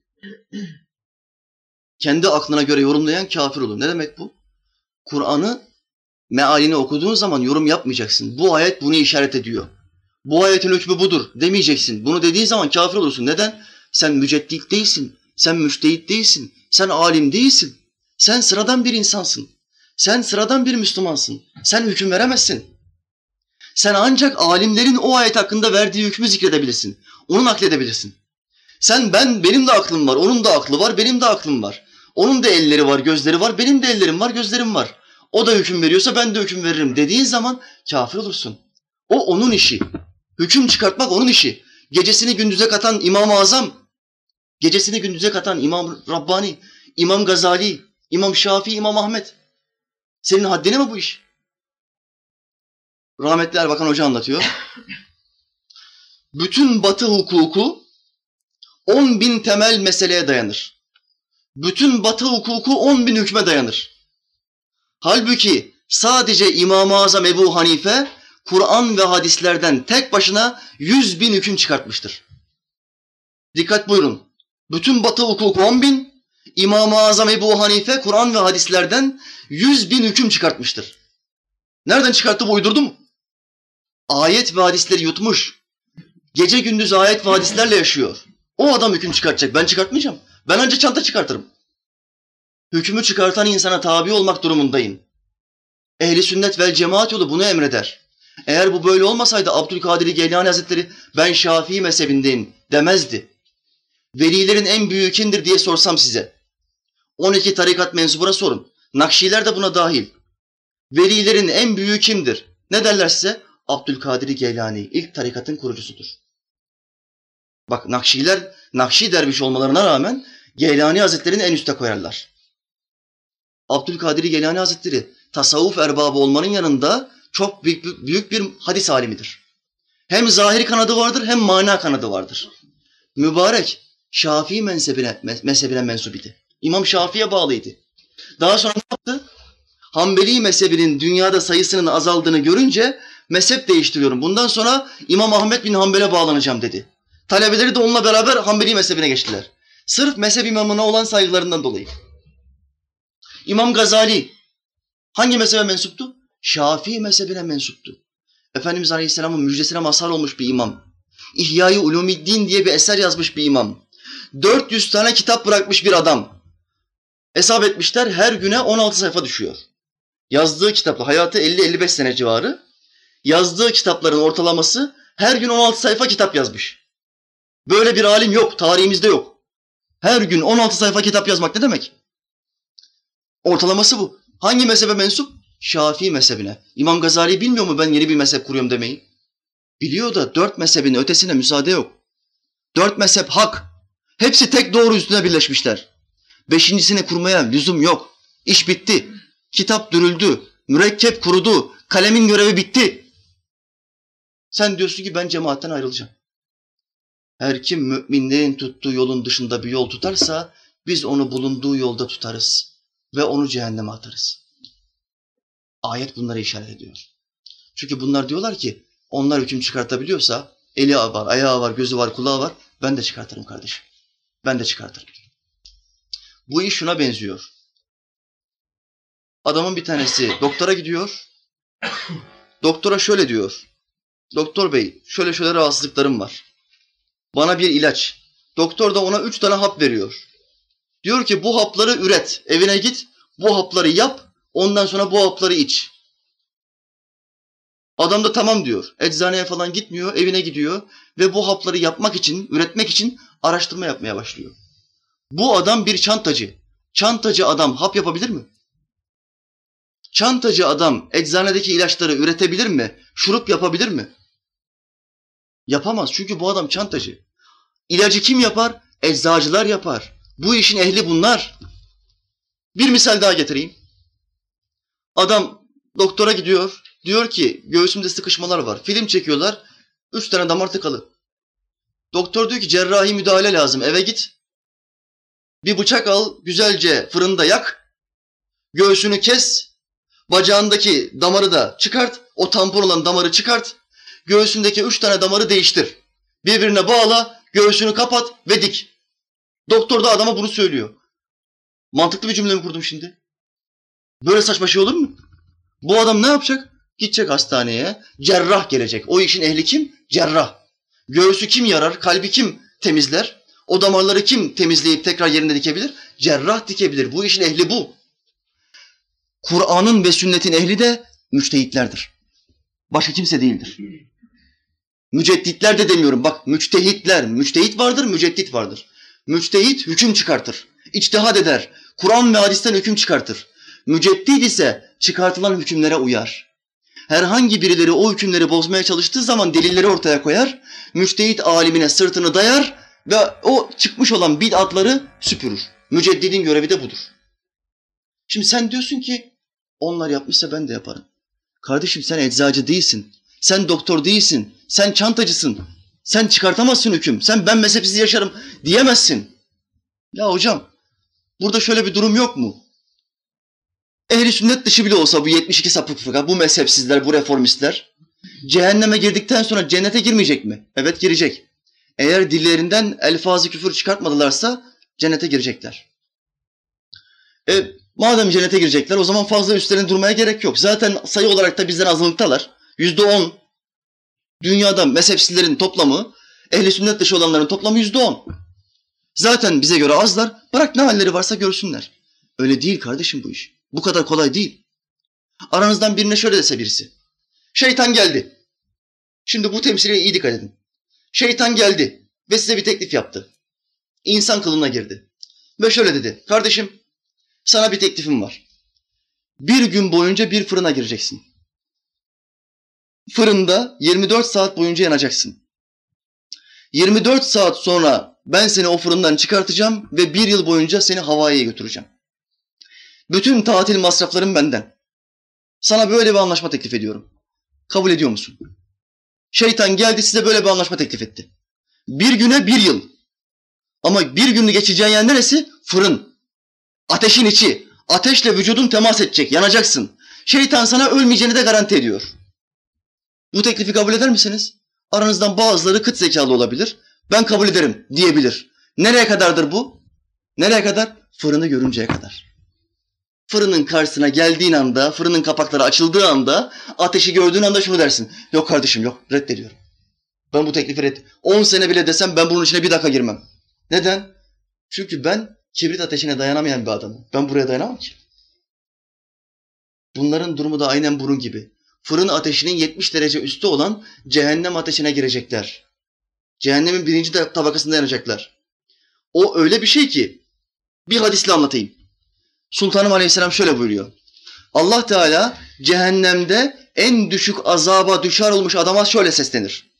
Kendi aklına göre yorumlayan kafir olur. Ne demek bu? Kur'an'ı mealini okuduğun zaman yorum yapmayacaksın. Bu ayet bunu işaret ediyor. Bu ayetin hükmü budur demeyeceksin. Bunu dediğin zaman kafir olursun. Neden? Sen müceddit değilsin. Sen müştehit değilsin. Sen alim değilsin. Sen sıradan bir insansın. Sen sıradan bir Müslümansın. Sen hüküm veremezsin. Sen ancak alimlerin o ayet hakkında verdiği hükmü zikredebilirsin. Onu nakledebilirsin. Benim de aklım var, onun da aklı var, benim de aklım var. Onun da elleri var, gözleri var, benim de ellerim var, gözlerim var. O da hüküm veriyorsa ben de hüküm veririm dediğin zaman kafir olursun. O onun işi. Hüküm çıkartmak onun işi. Gecesini gündüze katan İmam-ı Azam, gecesini gündüze katan İmam Rabbani, İmam Gazali, İmam Şafii, İmam Ahmet. Senin haddine mi bu iş? Rahmetli Erbakan Hoca anlatıyor. Bütün Batı hukuku 10.000 temel meseleye dayanır. Bütün Batı hukuku 10.000 hükme dayanır. Halbuki sadece İmam-ı Azam Ebu Hanife Kur'an ve hadislerden tek başına 100.000 hüküm çıkartmıştır. Dikkat buyurun. Bütün Batı hukuku 10.000, İmam-ı Azam Ebu Hanife Kur'an ve hadislerden 100.000 hüküm çıkartmıştır. Nereden çıkarttı bu, uydurdu mu? Ayet ve hadisleri yutmuş. Gece gündüz ayet ve hadislerle yaşıyor. O adam hüküm çıkartacak. Ben çıkartmayacağım. Ben ancak çanta çıkartırım. Hükmü çıkartan insana tabi olmak durumundayım. Ehli sünnet vel cemaat yolu bunu emreder. Eğer bu böyle olmasaydı Abdülkadir Geylani Hazretleri ben Şafii mezhebindeyim demezdi. Velilerin en büyüğü kimdir diye sorsam size. 12 tarikat mensubuna sorun. Nakşiler de buna dahil. Velilerin en büyüğü kimdir? Ne derler size? Abdülkadir Geylani ilk tarikatın kurucusudur. Bak Nakşiler, Nakşi derviş olmalarına rağmen Geylani Hazretleri'ni en üste koyarlar. Abdülkadir Geylani Hazretleri tasavvuf erbabı olmanın yanında çok büyük bir hadis alimidir. Hem zahiri kanadı vardır hem mana kanadı vardır. Mübarek Şafii mezhebine mensup idi. İmam Şafii'ye bağlıydı. Daha sonra ne yaptı? Hanbeli mezhebinin dünyada sayısının azaldığını görünce mezhep değiştiriyorum. Bundan sonra İmam Ahmed bin Hanbel'e bağlanacağım dedi. Talebeleri de onunla beraber Hanbeli mezhebine geçtiler. Sırf mezhep imamına olan saygılarından dolayı. İmam Gazali hangi mezhebe mensuptu? Şafii mezhebine mensuptu. Efendimiz Aleyhisselam'ın müjdesine mazhar olmuş bir imam. İhya-i Ulûmiddin diye bir eser yazmış bir imam. 400 tane kitap bırakmış bir adam. Hesap etmişler her güne 16 sayfa düşüyor. Yazdığı kitapla hayatı 50-55 sene civarı. Yazdığı kitapların ortalaması her gün 16 sayfa kitap yazmış. Böyle bir alim yok, tarihimizde yok. Her gün 16 sayfa kitap yazmak ne demek? Ortalaması bu. Hangi mezhebe mensup? Şafii mezhebine. İmam Gazali bilmiyor mu ben yeni bir mezhep kuruyorum demeyi? Biliyor da 4 mezhebin ötesine müsaade yok. 4 mezhep hak. Hepsi tek doğru üstüne birleşmişler. 5.'sini kurmaya lüzum yok. İş bitti. Kitap dürüldü. Mürekkep kurudu. Kalemin görevi bitti. Sen diyorsun ki ben cemaatten ayrılacağım. Her kim müminlerin tuttuğu yolun dışında bir yol tutarsa biz onu bulunduğu yolda tutarız ve onu cehenneme atarız. Ayet bunları işaret ediyor. Çünkü bunlar diyorlar ki onlar hüküm çıkartabiliyorsa eli var, ayağı var, gözü var, kulağı var. Ben de çıkartırım kardeşim. Ben de çıkartırım. Bu iş şuna benziyor. Adamın bir tanesi doktora gidiyor. Doktora şöyle diyor. Doktor bey şöyle rahatsızlıklarım var. Bana bir ilaç. Doktor da ona 3 tane hap veriyor. Diyor ki bu hapları üret. Evine git. Bu hapları yap. Ondan sonra bu hapları iç. Adam da tamam diyor. Eczaneye falan gitmiyor. Evine gidiyor. Ve bu hapları yapmak için, üretmek için araştırma yapmaya başlıyor. Bu adam bir çantacı. Çantacı adam hap yapabilir mi? Çantacı adam eczanedeki ilaçları üretebilir mi? Şurup yapabilir mi? Yapamaz çünkü bu adam çantacı. İlacı kim yapar? Eczacılar yapar. Bu işin ehli bunlar. Bir misal daha getireyim. Adam doktora gidiyor. Diyor ki göğsümde sıkışmalar var. Film çekiyorlar. 3 tane damar tıkalı. Doktor diyor ki cerrahi müdahale lazım. Eve git. Bir bıçak al. Güzelce fırında yak. Göğsünü kes. Bacağındaki damarı da çıkart. O tampon olan damarı çıkart. Göğsündeki 3 tane damarı değiştir. Birbirine bağla. Göğsünü kapat ve dik. Doktor da adama bunu söylüyor. Mantıklı bir cümle mi kurdum şimdi? Böyle saçma şey olur mu? Bu adam ne yapacak? Gidecek hastaneye. Cerrah gelecek. O işin ehli kim? Cerrah. Göğsü kim yarar? Kalbi kim temizler? O damarları kim temizleyip tekrar yerine dikebilir? Cerrah dikebilir. Bu işin ehli bu. Kur'an'ın ve sünnetin ehli de müçtehitlerdir. Başka kimse değildir. Mücedditler de demiyorum. Bak müçtehitler. Müçtehit vardır, müceddit vardır. Müçtehit hüküm çıkartır. İçtihad eder. Kur'an ve hadisten hüküm çıkartır. Müceddit ise çıkartılan hükümlere uyar. Herhangi birileri o hükümleri bozmaya çalıştığı zaman delilleri ortaya koyar. Müçtehit alimine sırtını dayar ve o çıkmış olan bid'atları süpürür. Müceddidin görevi de budur. Şimdi sen diyorsun ki onlar yapmışsa ben de yaparım. Kardeşim sen eczacı değilsin. Sen doktor değilsin. Sen çantacısın. Sen çıkartamazsın hüküm. Sen ben mezhepsiz yaşarım diyemezsin. Ya hocam burada şöyle bir durum yok mu? Ehli sünnet dışı bile olsa bu 72 sapık fırka, bu mezhepsizler, bu reformistler cehenneme girdikten sonra cennete girmeyecek mi? Evet girecek. Eğer dillerinden elfazı küfür çıkartmadılarsa cennete girecekler. Madem cennete girecekler o zaman fazla üstlerine durmaya gerek yok. Zaten sayı olarak da bizden azınlıktalar. %10. Dünyada mezhepsizlerin toplamı, ehli sünnet dışı olanların toplamı %10. Zaten bize göre azlar, bırak ne halleri varsa görsünler. Öyle değil kardeşim bu iş. Bu kadar kolay değil. Aranızdan birine şöyle dese birisi. Şeytan geldi. Şimdi bu temsile iyi dikkat edin. Şeytan geldi ve size bir teklif yaptı. İnsan kılığına girdi. Ve şöyle dedi. Kardeşim, sana bir teklifim var. Bir gün boyunca bir fırına gireceksin. Fırında 24 saat boyunca yanacaksın. 24 saat sonra ben seni o fırından çıkartacağım ve bir yıl boyunca seni Hawaii'ye götüreceğim. Bütün tatil masrafların benden. Sana böyle bir anlaşma teklif ediyorum. Kabul ediyor musun? Şeytan geldi size böyle bir anlaşma teklif etti. Bir güne bir yıl. Ama bir günü geçeceğin yer neresi? Fırın. Ateşin içi. Ateşle vücudun temas edecek, yanacaksın. Şeytan sana ölmeyeceğini de garanti ediyor. Bu teklifi kabul eder misiniz? Aranızdan bazıları kıt zekalı olabilir. Ben kabul ederim diyebilir. Nereye kadardır bu? Nereye kadar? Fırını görünceye kadar. Fırının karşısına geldiğin anda, fırının kapakları açıldığı anda, ateşi gördüğün anda şunu dersin. Yok kardeşim yok, reddediyorum. Ben bu teklifi reddediyorum. 10 sene bile desem ben bunun içine bir dakika girmem. Neden? Çünkü ben kibrit ateşine dayanamayan bir adamım. Ben buraya dayanamam ki. Bunların durumu da aynen bunun gibi. Fırın ateşinin 70 derece üstü olan cehennem ateşine girecekler. Cehennemin birinci tabakasında yanacaklar. O öyle bir şey ki, bir hadisle anlatayım. Sultanım Aleyhisselam şöyle buyuruyor. Allah Teala cehennemde en düşük azaba düşer olmuş adama şöyle seslenir.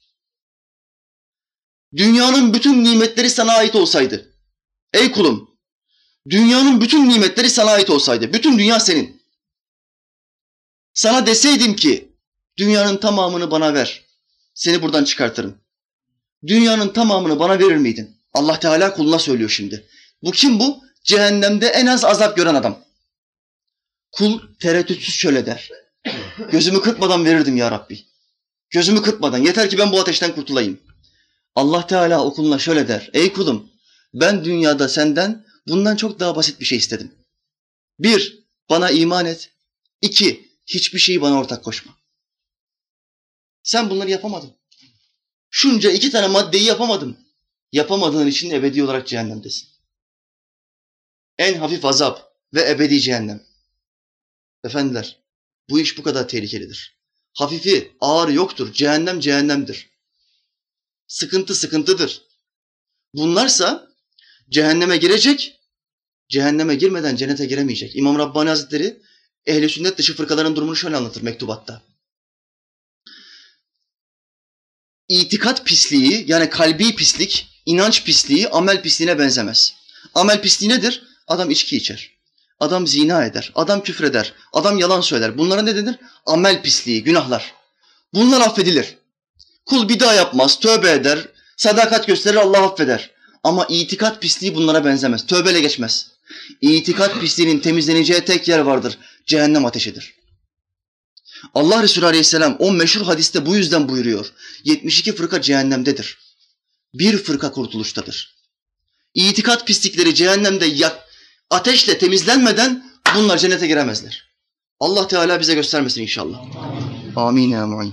Dünyanın bütün nimetleri sana ait olsaydı. Ey kulum, dünyanın bütün nimetleri sana ait olsaydı. Bütün dünya senin. Sana deseydim ki dünyanın tamamını bana ver. Seni buradan çıkartırım. Dünyanın tamamını bana verir miydin? Allah Teala kuluna söylüyor şimdi. Bu kim bu? Cehennemde en az azap gören adam. Kul tereddütsüz şöyle der. Gözümü kırpmadan verirdim ya Rabbi. Gözümü kırpmadan. Yeter ki ben bu ateşten kurtulayım. Allah Teala o kuluna şöyle der. Ey kulum, ben dünyada senden bundan çok daha basit bir şey istedim. 1. Bana iman et. 2. Hiçbir şeyi bana ortak koşma. Sen bunları yapamadın. Şunca 2 tane maddeyi yapamadın. Yapamadığın için ebedi olarak cehennemdesin. En hafif azap ve ebedi cehennem. Efendiler, bu iş bu kadar tehlikelidir. Hafifi, ağırı yoktur. Cehennem cehennemdir. Sıkıntı sıkıntıdır. Bunlarsa cehenneme girecek, cehenneme girmeden cennete giremeyecek. İmam Rabbani Hazretleri ehl-i sünnet dışı fırkaların durumunu şöyle anlatır mektubatta. İtikat pisliği, yani kalbi pislik, inanç pisliği amel pisliğine benzemez. Amel pisliği nedir? Adam içki içer, adam zina eder, adam küfreder, adam yalan söyler. Bunlara ne denir? Amel pisliği, günahlar. Bunlar affedilir. Kul bir daha yapmaz, tövbe eder, sadakat gösterir, Allah affeder. Ama itikat pisliği bunlara benzemez, tövbeyle geçmez. İtikat pisliğinin temizleneceği tek yer vardır, cehennem ateşidir. Allah Resulü Aleyhisselam o meşhur hadiste bu yüzden buyuruyor. 72 fırka cehennemdedir. Bir fırka kurtuluştadır. İtikat pislikleri cehennemde ateşle temizlenmeden bunlar cennete giremezler. Allah Teala bize göstermesin inşallah. Amin. Amin.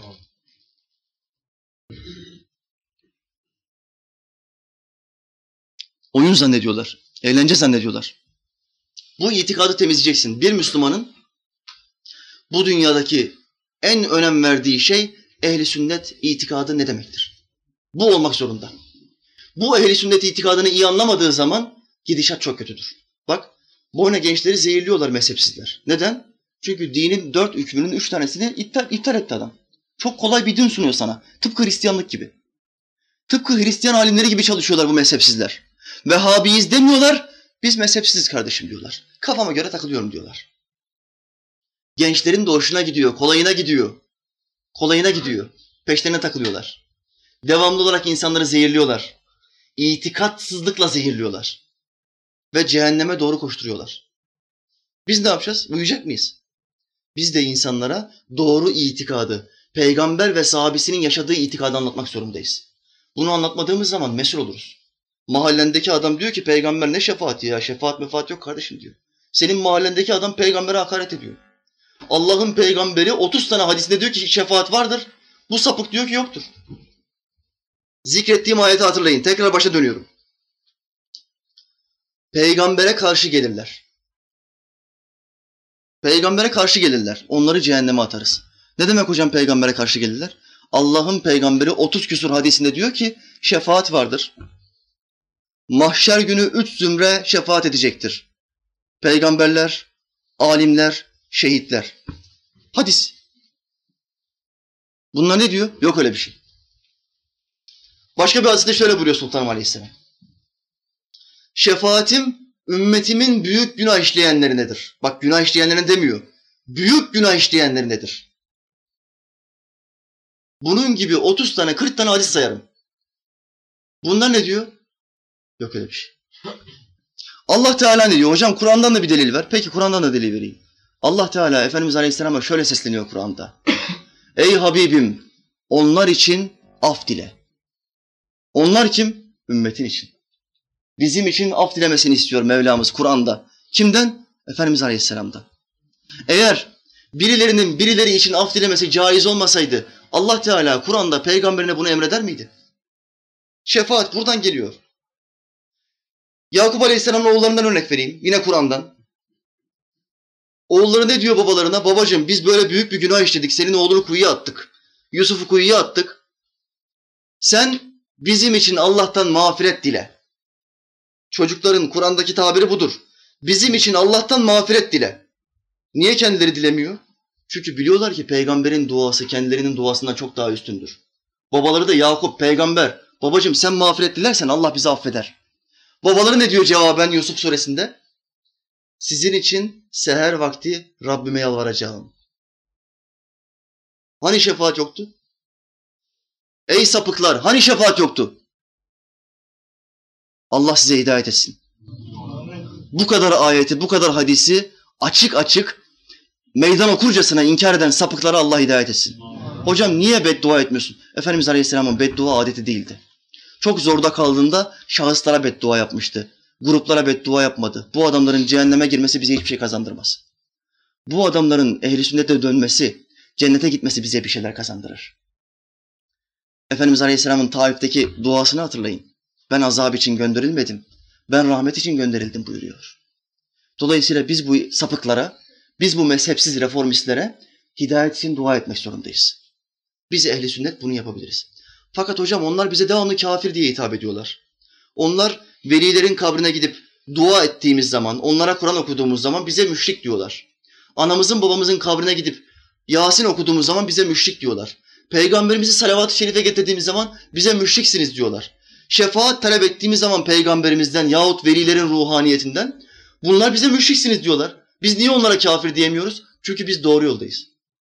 Oyun zannediyorlar, eğlence zannediyorlar. Bu itikadı temizleyeceksin. Bir Müslümanın bu dünyadaki en önem verdiği şey ehli sünnet itikadı ne demektir? Bu olmak zorunda. Bu ehli sünnet itikadını iyi anlamadığı zaman gidişat çok kötüdür. Bak, boyuna gençleri zehirliyorlar mezhepsizler. Neden? Çünkü dinin 4 hükmünün 3 tanesini iptal etti adam. Çok kolay bir din sunuyor sana. Tıpkı Hristiyanlık gibi. Tıpkı Hristiyan alimleri gibi çalışıyorlar bu mezhepsizler. Vehhabiyiz demiyorlar, biz mezhepsiziz kardeşim diyorlar. Kafama göre takılıyorum diyorlar. Gençlerin de hoşuna gidiyor, kolayına gidiyor. Kolayına gidiyor. Peşlerine takılıyorlar. Devamlı olarak insanları zehirliyorlar. İtikatsızlıkla zehirliyorlar. Ve cehenneme doğru koşturuyorlar. Biz ne yapacağız? Uyuyacak mıyız? Biz de insanlara doğru itikadı, peygamber ve sahabesinin yaşadığı itikadı anlatmak zorundayız. Bunu anlatmadığımız zaman mesul oluruz. Mahallendeki adam diyor ki peygamber ne şefaati ya, şefaat mefaat yok kardeşim diyor. Senin mahallendeki adam peygambere hakaret ediyor. Allah'ın peygamberi 30 tane hadisinde diyor ki şefaat vardır. Bu sapık diyor ki yoktur. Zikrettiğim ayeti hatırlayın. Tekrar başa dönüyorum. Peygambere karşı gelirler. Peygambere karşı gelirler. Onları cehenneme atarız. Ne demek hocam peygambere karşı gelirler? Allah'ın peygamberi 30 küsur hadisinde diyor ki şefaat vardır. Mahşer günü 3 zümre şefaat edecektir. Peygamberler, alimler, şehitler. Hadis. Bunlar ne diyor? Yok öyle bir şey. Başka bir hadiste şöyle buyuruyor Sultanım Aleyhisselam. Şefaatim ümmetimin büyük günah işleyenlerinedir. Bak günah işleyenlerine demiyor. Büyük günah işleyenlerinedir. Bunun gibi 30 tane 40 tane hadis sayarım. Bunlar ne diyor? Yok öyle bir şey. Allah Teala ne diyor? Hocam Kur'an'dan da bir delil ver. Peki Kur'an'dan da delil vereyim. Allah Teala Efendimiz Aleyhisselam'a şöyle sesleniyor Kur'an'da. Ey Habibim onlar için af dile. Onlar kim? Ümmetin için. Bizim için af dilemesini istiyor Mevlamız Kur'an'da. Kimden? Efendimiz Aleyhisselam'dan. Eğer birilerinin birileri için af dilemesi caiz olmasaydı Allah Teala Kur'an'da peygamberine bunu emreder miydi? Şefaat buradan geliyor. Yakup Aleyhisselam'ın oğullarından örnek vereyim. Yine Kur'an'dan. Oğulları ne diyor babalarına? Babacığım biz böyle büyük bir günah işledik. Senin oğlunu kuyuya attık. Yusuf'u kuyuya attık. Sen bizim için Allah'tan mağfiret dile. Çocukların Kur'an'daki tabiri budur. Bizim için Allah'tan mağfiret dile. Niye kendileri dilemiyor? Çünkü biliyorlar ki peygamberin duası kendilerinin duasından çok daha üstündür. Babaları da Yakup peygamber. Babacığım sen mağfiret dilersen Allah bizi affeder. Babaları ne diyor cevaben Yusuf suresinde? Sizin için seher vakti Rabbime yalvaracağım. Hani şefaat yoktu? Ey sapıklar, hani şefaat yoktu? Allah size hidayet etsin. Bu kadar ayeti, bu kadar hadisi açık açık meydan okurcasına inkar eden sapıklara Allah hidayet etsin. Hocam niye beddua etmiyorsun? Efendimiz Aleyhisselam'ın beddua adeti değildi. Çok zorda kaldığında şahıslara beddua yapmıştı. Gruplara beddua yapmadı. Bu adamların cehenneme girmesi bize hiçbir şey kazandırmaz. Bu adamların ehli sünnete dönmesi, cennete gitmesi bize bir şeyler kazandırır. Efendimiz Aleyhisselam'ın Taif'teki duasını hatırlayın. Ben azap için gönderilmedim, ben rahmet için gönderildim buyuruyor. Dolayısıyla biz bu sapıklara, biz bu mezhepsiz reformistlere hidayet için dua etmek zorundayız. Biz ehli sünnet bunu yapabiliriz. Fakat hocam onlar bize devamlı kafir diye hitap ediyorlar. Onlar velilerin kabrine gidip dua ettiğimiz zaman, onlara Kur'an okuduğumuz zaman bize müşrik diyorlar. Anamızın babamızın kabrine gidip Yasin okuduğumuz zaman bize müşrik diyorlar. Peygamberimizi salavat-ı şerife getirdiğimiz zaman bize müşriksiniz diyorlar. Şefaat talep ettiğimiz zaman peygamberimizden yahut velilerin ruhaniyetinden bunlar bize müşriksiniz diyorlar. Biz niye onlara kafir diyemiyoruz? Çünkü biz doğru yoldayız.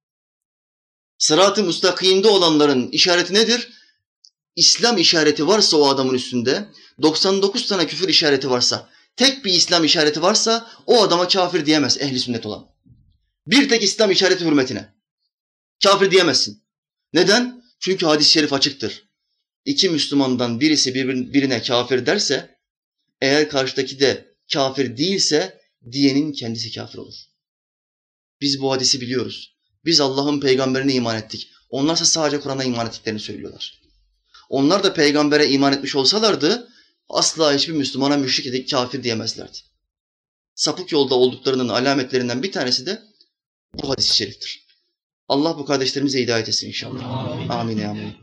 Sırat-ı müstakimde olanların işareti nedir? İslam işareti varsa o adamın üstünde, 99 tane küfür işareti varsa, tek bir İslam işareti varsa o adama kafir diyemez ehli sünnet olan. Bir tek İslam işareti hürmetine. Kafir diyemezsin. Neden? Çünkü hadis-i şerif açıktır. İki Müslümandan birisi birine kafir derse, eğer karşıdaki de kafir değilse diyenin kendisi kafir olur. Biz bu hadisi biliyoruz. Biz Allah'ın peygamberine iman ettik. Onlarsa sadece Kur'an'a iman ettiklerini söylüyorlar. Onlar da peygambere iman etmiş olsalardı asla hiçbir Müslümana müşrik edip kafir diyemezlerdi. Sapık yolda olduklarının alametlerinden bir tanesi de bu hadis-i şeriftir. Allah bu kardeşlerimize hidayet etsin inşallah. Amin. Amin.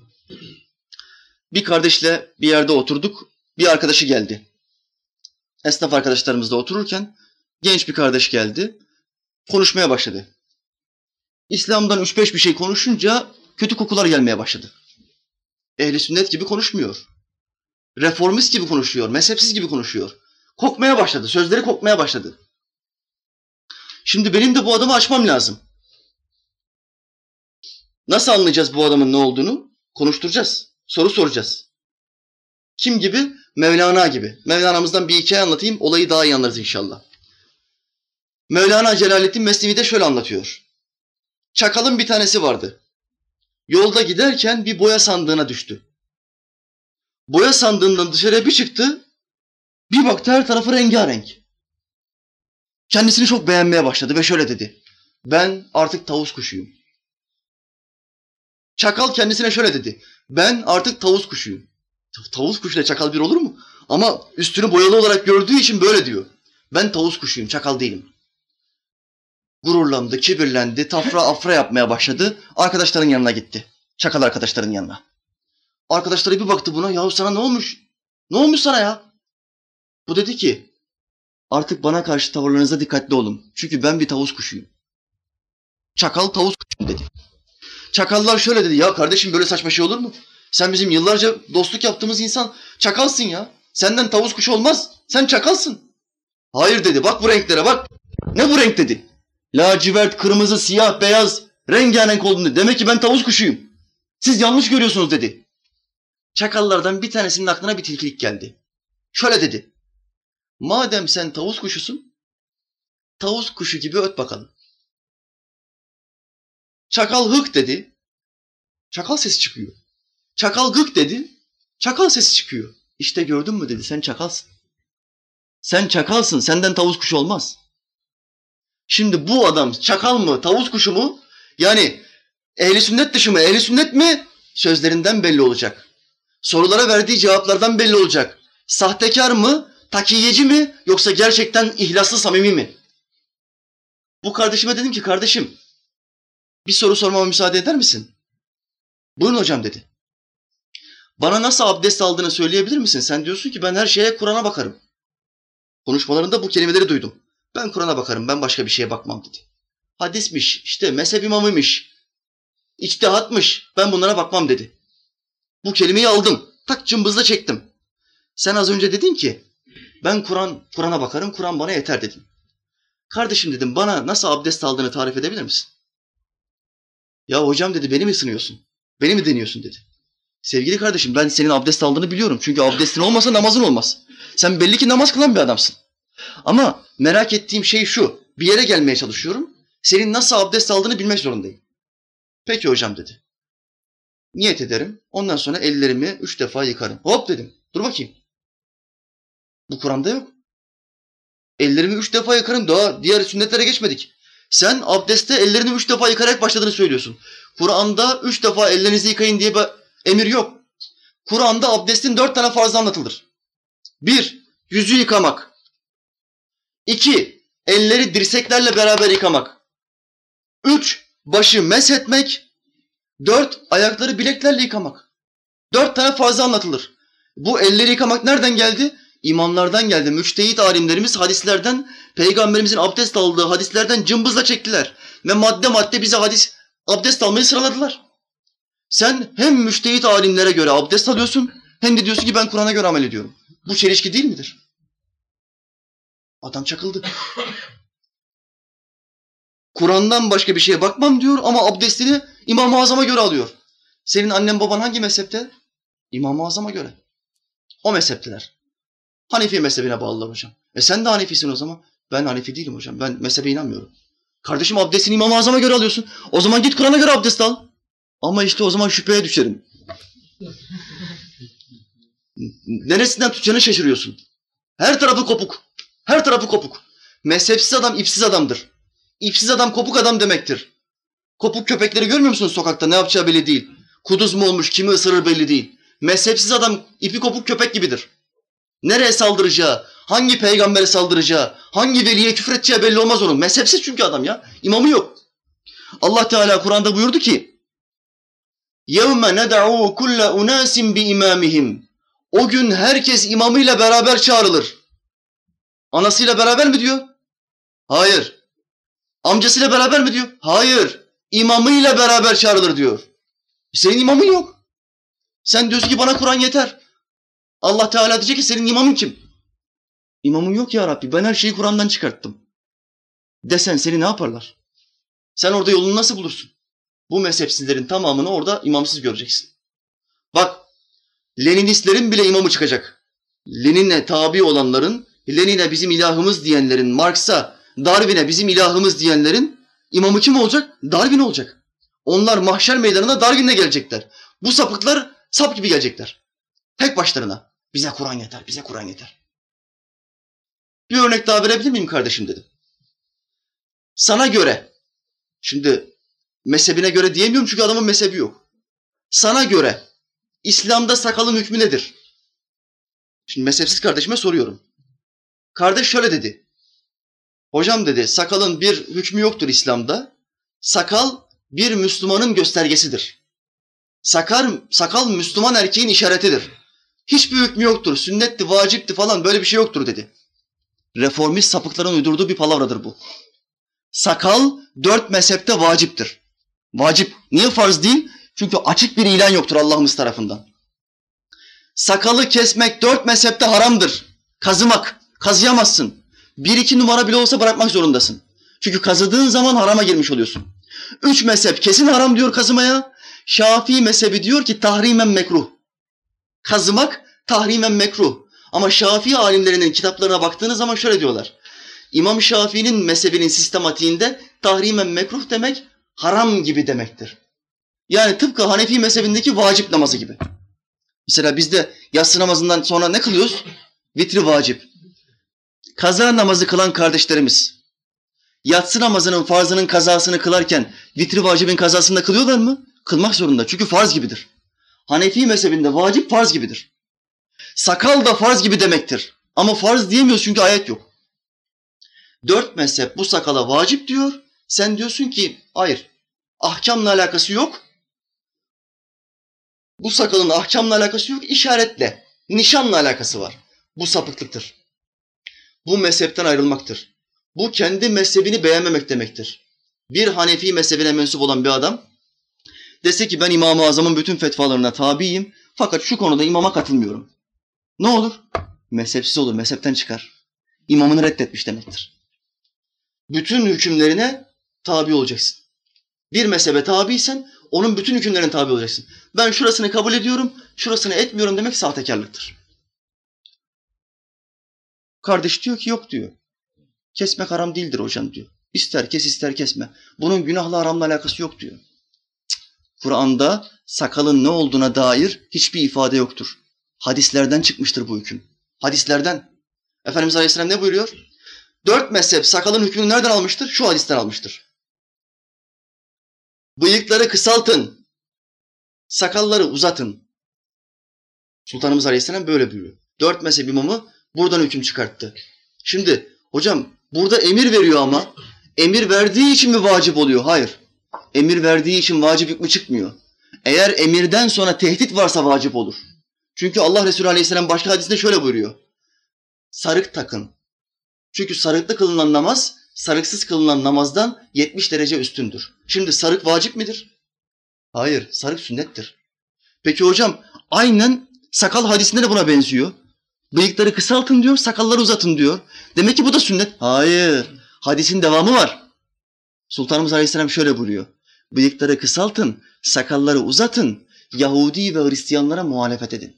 Bir kardeşle bir yerde oturduk. Bir arkadaşı geldi. Esnaf arkadaşlarımızla otururken genç bir kardeş geldi. Konuşmaya başladı. İslam'dan 3-5 bir şey konuşunca kötü kokular gelmeye başladı. Ehli sünnet gibi konuşmuyor. Reformist gibi konuşuyor, mezhepsiz gibi konuşuyor. Kokmaya başladı, sözleri kokmaya başladı. Şimdi benim de bu adamı açmam lazım. Nasıl anlayacağız bu adamın ne olduğunu? Konuşturacağız, soru soracağız. Kim gibi? Mevlana gibi. Mevlana'mızdan bir hikaye anlatayım, olayı daha iyi anlarız inşallah. Mevlana Celaleddin Mesnevi'de şöyle anlatıyor. Çakalın bir tanesi vardı. Yolda giderken bir boya sandığına düştü. Boya sandığından dışarıya bir çıktı, bir baktı her tarafı rengarenk. Kendisini çok beğenmeye başladı ve şöyle dedi. Ben artık tavus kuşuyum. Çakal kendisine şöyle dedi. Ben artık tavus kuşuyum. Tavus kuşuyla çakal bir olur mu? Ama üstünü boyalı olarak gördüğü için böyle diyor. Ben tavus kuşuyum, çakal değilim. Gururlandı, kibirlendi, tafra afra yapmaya başladı. Arkadaşların yanına gitti. Çakal arkadaşların yanına. Arkadaşları bir baktı buna. Yahu sana ne olmuş? Ne olmuş sana ya? Bu dedi ki, artık bana karşı tavırlarınıza dikkatli olun. Çünkü ben bir tavus kuşuyum. Çakal tavus kuşuyum dedi. Çakallar şöyle dedi. Ya kardeşim böyle saçma şey olur mu? Sen bizim yıllarca dostluk yaptığımız insan, çakalsın ya. Senden tavus kuşu olmaz. Sen çakalsın. Hayır dedi. Bak bu renklere bak. Ne bu renk dedi. Lacivert, kırmızı, siyah, beyaz, rengarenk oldun dedi. Demek ki ben tavus kuşuyum. Siz yanlış görüyorsunuz dedi. Çakallardan bir tanesinin aklına bir tilkilik geldi. Şöyle dedi. Madem sen tavus kuşusun, tavus kuşu gibi öt bakalım. Çakal hık dedi. Çakal sesi çıkıyor. Çakal gık dedi. Çakal sesi çıkıyor. İşte gördün mü dedi. Sen çakalsın. Sen çakalsın. Senden tavus kuşu olmaz. Şimdi bu adam çakal mı, tavus kuşu mu? Yani ehli sünnet dışı mı, ehli sünnet mi? Sözlerinden belli olacak. Sorulara verdiği cevaplardan belli olacak. Sahtekar mı, takiyeci mi, yoksa gerçekten ihlaslı, samimi mi? Bu kardeşime dedim ki, kardeşim bir soru sormama müsaade eder misin? Buyurun hocam dedi. Bana nasıl abdest aldığını söyleyebilir misin? Sen diyorsun ki ben her şeye Kur'an'a bakarım. Konuşmalarında bu kelimeleri duydum. Ben Kur'an'a bakarım, ben başka bir şeye bakmam dedi. Hadismiş, işte mezhep imamıymış, içtihatmış, ben bunlara bakmam dedi. Bu kelimeyi aldım, tak cımbızla çektim. Sen az önce dedin ki, ben Kur'an'a bakarım, Kur'an bana yeter dedin. Kardeşim dedim, bana nasıl abdest aldığını tarif edebilir misin? Ya hocam dedi, beni mi sınıyorsun? Beni mi deniyorsun dedi. Sevgili kardeşim, ben senin abdest aldığını biliyorum. Çünkü abdestin olmasa namazın olmaz. Sen belli ki namaz kılan bir adamsın. Ama merak ettiğim şey şu, bir yere gelmeye çalışıyorum. Senin nasıl abdest aldığını bilmek zorundayım. Peki hocam dedi. Niyet ederim, ondan sonra ellerimi 3 defa yıkarım. Hop dedim, dur bakayım. Bu Kur'an'da yok. Ellerimi 3 defa yıkarım, daha diğer sünnetlere geçmedik. Sen abdeste ellerini 3 defa yıkarak başladığını söylüyorsun. Kur'an'da 3 defa ellerinizi yıkayın diye bir emir yok. Kur'an'da abdestin 4 tane farzı anlatılır. 1. Yüzü yıkamak. 2. Elleri dirseklerle beraber yıkamak. 3. Başı meshetmek. 4. Ayakları bileklerle yıkamak. 4 tane farzı anlatılır. Bu elleri yıkamak nereden geldi? İmamlardan geldi. Müçtehit alimlerimiz hadislerden, Peygamberimizin abdest aldığı hadislerden cımbızla çektiler. Ve madde madde bize abdest almayı sıraladılar. Sen hem müçtehit alimlere göre abdest alıyorsun, hem de diyorsun ki ben Kur'an'a göre amel ediyorum. Bu çelişki değil midir? Adam çakıldı. Kur'an'dan başka bir şeye bakmam diyor ama abdestini İmam-ı Azam'a göre alıyor. Senin annen baban hangi mezhepte? İmam-ı Azam'a göre. O mezheptiler. Hanefi mezhebine bağlılar hocam. Sen de Hanefisin o zaman. Ben Hanefi değilim hocam. Ben mezhebe inanmıyorum. Kardeşim abdestini İmam-ı Azam'a göre alıyorsun. O zaman git Kur'an'a göre abdest al. Ama işte o zaman şüpheye düşerim. Neresinden tutacağını şaşırıyorsun. Her tarafı kopuk. Her tarafı kopuk. Mezhepsiz adam ipsiz adamdır. İpsiz adam kopuk adam demektir. Kopuk köpekleri görmüyor musunuz sokakta? Ne yapacağı belli değil. Kuduz mu olmuş, kimi ısırır belli değil. Mezhepsiz adam ipi kopuk köpek gibidir. Nereye saldıracağı, hangi peygambere saldıracağı, hangi veliye küfredeceği belli olmaz onun. Mezhepsiz çünkü adam ya. İmamı yok. Allah Teala Kur'an'da buyurdu ki يَوْمَ نَدَعُوا كُلَّ اُنَاسٍ بِاِمَامِهِمْ O gün herkes imamıyla beraber çağrılır. Anasıyla beraber mi diyor? Hayır. Amcasıyla beraber mi diyor? Hayır. İmamıyla beraber çağrılır diyor. Senin imamın yok. Sen diyorsun ki bana Kur'an yeter. Allah Teala diyecek ki senin imamın kim? İmamın yok ya Rabbi. Ben her şeyi Kur'an'dan çıkarttım. Desen seni ne yaparlar? Sen orada yolunu nasıl bulursun? Bu mezhepsizlerin tamamını orada imamsız göreceksin. Bak, Leninistlerin bile imamı çıkacak. Lenin'e tabi olanların, Lenin'e bizim ilahımız diyenlerin, Marx'a, Darwin'e bizim ilahımız diyenlerin imamı kim olacak? Darwin olacak. Onlar mahşer meydanına Darwin'le gelecekler. Bu sapıklar sap gibi gelecekler. Tek başlarına. Bize Kur'an yeter, bize Kur'an yeter. Bir örnek daha verebilir miyim kardeşim dedim. Sana göre, şimdi mezhebine göre diyemiyorum çünkü adamın mezhebi yok. Sana göre İslam'da sakalın hükmü nedir? Şimdi mezhepsiz kardeşime soruyorum. Kardeş şöyle dedi. Hocam dedi, sakalın bir hükmü yoktur İslam'da. Sakal bir Müslümanın göstergesidir. Sakal Müslüman erkeğin işaretidir. Hiçbir hükmü yoktur. Sünnetti, vacipti falan böyle bir şey yoktur dedi. Reformist sapıkların uydurduğu bir palavradır bu. Sakal 4 mezhepte vaciptir. Vacip. Niye farz değil? Çünkü açık bir ilan yoktur Allah'ımız tarafından. Sakalı kesmek 4 mezhepte haramdır. Kazımak. Kazıyamazsın. 1-2 numara bile olsa bırakmak zorundasın. Çünkü kazıdığın zaman harama girmiş oluyorsun. 3 mezhep kesin haram diyor kazımaya. Şafii mezhebi diyor ki tahrimen mekruh. Kazımak tahrimen mekruh. Ama Şafii alimlerinin kitaplarına baktığınız zaman şöyle diyorlar. İmam Şafii'nin mezhebinin sistematiğinde tahrimen mekruh demek haram gibi demektir. Yani tıpkı Hanefi mezhebindeki vacip namazı gibi. Mesela bizde yatsı namazından sonra ne kılıyoruz? Vitri vacip. Kaza namazı kılan kardeşlerimiz, yatsı namazının farzının kazasını kılarken vitri vacibin kazasını da kılıyorlar mı? Kılmak zorunda çünkü farz gibidir. Hanefi mezhebinde vacip farz gibidir. Sakal da farz gibi demektir. Ama farz diyemiyoruz çünkü ayet yok. 4 mezhep bu sakala vacip diyor. Sen diyorsun ki hayır, ahkamla alakası yok. Bu sakalın ahkamla alakası yok, işaretle, nişanla alakası var. Bu sapıklıktır. Bu mezhepten ayrılmaktır. Bu kendi mezhebini beğenmemek demektir. Bir Hanefi mezhebine mensup olan bir adam dese ki ben İmam-ı Azam'ın bütün fetvalarına tabiyim fakat şu konuda imama katılmıyorum. Ne olur? Mezhepsiz olur, mezhepten çıkar. İmamını reddetmiş demektir. Bütün hükümlerine tabi olacaksın. Bir mezhebe tabiysen onun bütün hükümlerine tabi olacaksın. Ben şurasını kabul ediyorum, şurasını etmiyorum demek sahtekarlıktır. Kardeş diyor ki yok diyor. Kesmek haram değildir hocam diyor. İster kes ister kesme. Bunun günahla haramla alakası yok diyor. Kur'an'da sakalın ne olduğuna dair hiçbir ifade yoktur. Hadislerden çıkmıştır bu hüküm. Hadislerden. Efendimiz Aleyhisselam ne buyuruyor? 4 mezhep sakalın hükmünü nereden almıştır? Şu hadisten almıştır. Bıyıkları kısaltın, sakalları uzatın. Sultanımız Aleyhisselam böyle buyuruyor. 4 mezhep imamı buradan hüküm çıkarttı. Şimdi hocam burada emir veriyor ama emir verdiği için mi vacip oluyor? Hayır. Emir verdiği için vacip hükmü çıkmıyor. Eğer emirden sonra tehdit varsa vacip olur. Çünkü Allah Resulü Aleyhisselam başka hadisinde şöyle buyuruyor. Sarık takın. Çünkü sarıklı kılınan namaz, sarıksız kılınan namazdan 70 derece üstündür. Şimdi sarık vacip midir? Hayır, sarık sünnettir. Peki hocam, aynen sakal hadisinde de buna benziyor. Bıyıkları kısaltın diyor, sakalları uzatın diyor. Demek ki bu da sünnet. Hayır, hadisin devamı var. Sultanımız Aleyhisselam şöyle buyuruyor. Bıyıkları kısaltın, sakalları uzatın, Yahudi ve Hristiyanlara muhalefet edin.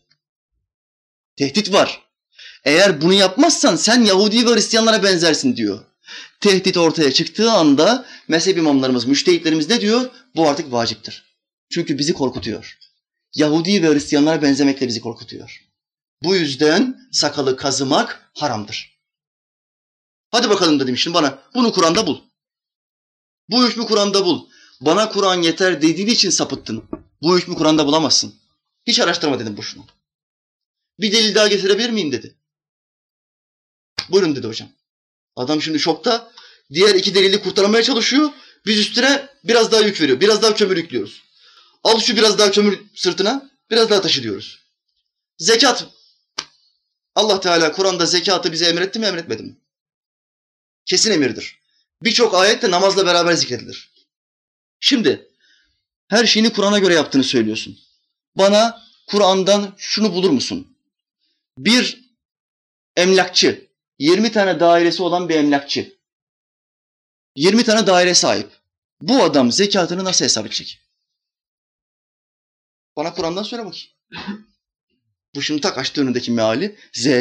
Tehdit var. Eğer bunu yapmazsan sen Yahudi ve Hristiyanlara benzersin diyor. Tehdit ortaya çıktığı anda mezhep imamlarımız, müştehitlerimiz ne diyor? Bu artık vaciptir. Çünkü bizi korkutuyor. Yahudi ve Hristiyanlara benzemekle bizi korkutuyor. Bu yüzden sakalı kazımak haramdır. Hadi bakalım dedim şimdi bana, bunu Kur'an'da bul. Bu hükmü Kur'an'da bul. Bana Kur'an yeter dediğin için sapıttın. Bu hükmü Kur'an'da bulamazsın. Hiç araştırma dedim boşuna. Bir delil daha getirebilir miyim dedi. Buyurun dedi hocam. Adam şimdi şokta. Diğer 2 delili kurtarmaya çalışıyor. Biz üstüne biraz daha yük veriyor. Biraz daha kömür yüklüyoruz. Al şu biraz daha kömür sırtına. Biraz daha taşı diyoruz. Zekat. Allah Teala Kur'an'da zekatı bize emretti mi emretmedi mi? Kesin emirdir. Birçok ayette namazla beraber zikredilir. Şimdi her şeyini Kur'an'a göre yaptığını söylüyorsun. Bana Kur'an'dan şunu bulur musun? Bir emlakçı, 20 tane dairesi olan bir emlakçı. 20 tane daire sahip. Bu adam zekatını nasıl hesap edecek? Bana Kur'an'dan söyle bakayım. Bu şimdi tak açtı önündeki meali.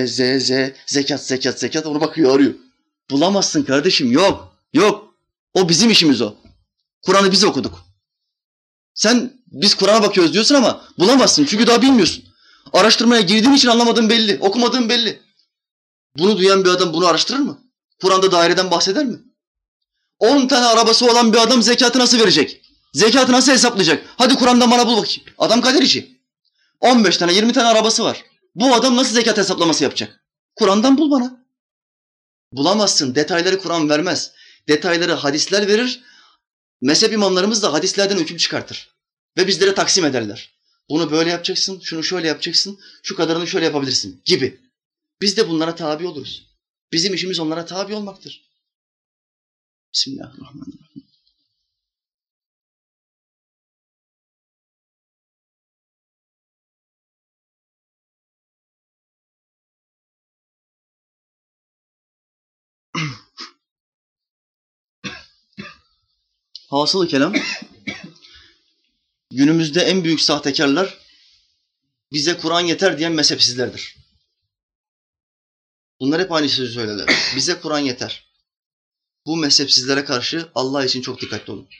Zekat. Ona bakıyor, arıyor. Bulamazsın kardeşim. Yok. O bizim işimiz o. Kur'an'ı biz okuduk. Biz Kur'an'a bakıyoruz diyorsun ama bulamazsın. Çünkü daha bilmiyorsun. Araştırmaya girdiğin için anlamadığın belli. Okumadığın belli. Bunu duyan bir adam bunu araştırır mı? Kur'an'da daireden bahseder mi? 10 tane arabası olan bir adam zekatı nasıl verecek? Zekatı nasıl hesaplayacak? Hadi Kur'an'dan bana bul bakayım. Adam galerici. 15 tane 20 tane arabası var. Bu adam nasıl zekat hesaplaması yapacak? Kur'an'dan bul bana. Bulamazsın. Detayları Kur'an vermez. Detayları hadisler verir. Mezhep imamlarımız da hadislerden hüküm çıkartır. Ve bizlere taksim ederler. Bunu böyle yapacaksın, şunu şöyle yapacaksın, şu kadarını şöyle yapabilirsin gibi. Biz de bunlara tabi oluruz. Bizim işimiz onlara tabi olmaktır. Bismillahirrahmanirrahim. Hasılı kelam, günümüzde en büyük sahtekarlar bize Kur'an yeter diyen mezhepsizlerdir. Bunlar hep aynı sözü söylerler. Bize Kur'an yeter. Bu mezhepsizlere karşı Allah için çok dikkatli olun.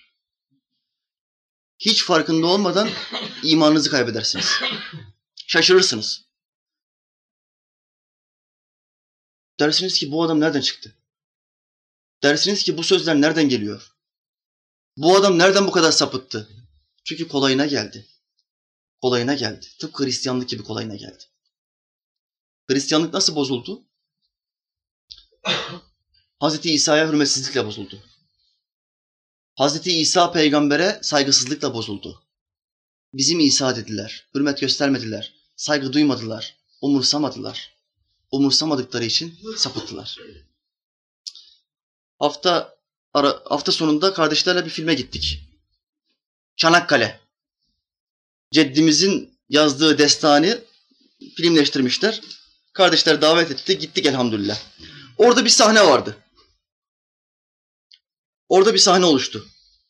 Hiç farkında olmadan imanınızı kaybedersiniz. Şaşırırsınız. Dersiniz ki bu adam nereden çıktı? Dersiniz ki bu sözler nereden geliyor? Bu adam nereden bu kadar sapıttı? Çünkü kolayına geldi. Kolayına geldi. Tıpkı Hristiyanlık gibi kolayına geldi. Hristiyanlık nasıl bozuldu? Hazreti İsa'ya hürmetsizlikle bozuldu. Hazreti İsa peygambere saygısızlıkla bozuldu. Bizim İsa dediler, hürmet göstermediler, saygı duymadılar, umursamadılar. Umursamadıkları için sapıttılar. Hafta sonunda kardeşlerle bir filme gittik. Çanakkale. Ceddimizin yazdığı destanı filmleştirmişler. Kardeşler davet etti, gittik elhamdülillah. Orada bir sahne vardı. Orada bir sahne oluştu.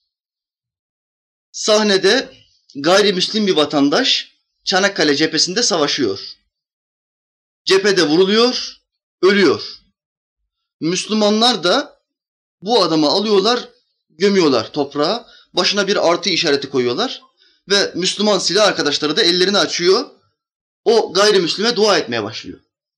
Sahnede gayrimüslim bir vatandaş Çanakkale cephesinde savaşıyor. Cephede vuruluyor, ölüyor. Müslümanlar da bu adamı alıyorlar, gömüyorlar toprağa. Başına bir artı işareti koyuyorlar. Ve Müslüman silah arkadaşları da ellerini açıyor. O gayrimüslime dua etmeye başlıyor.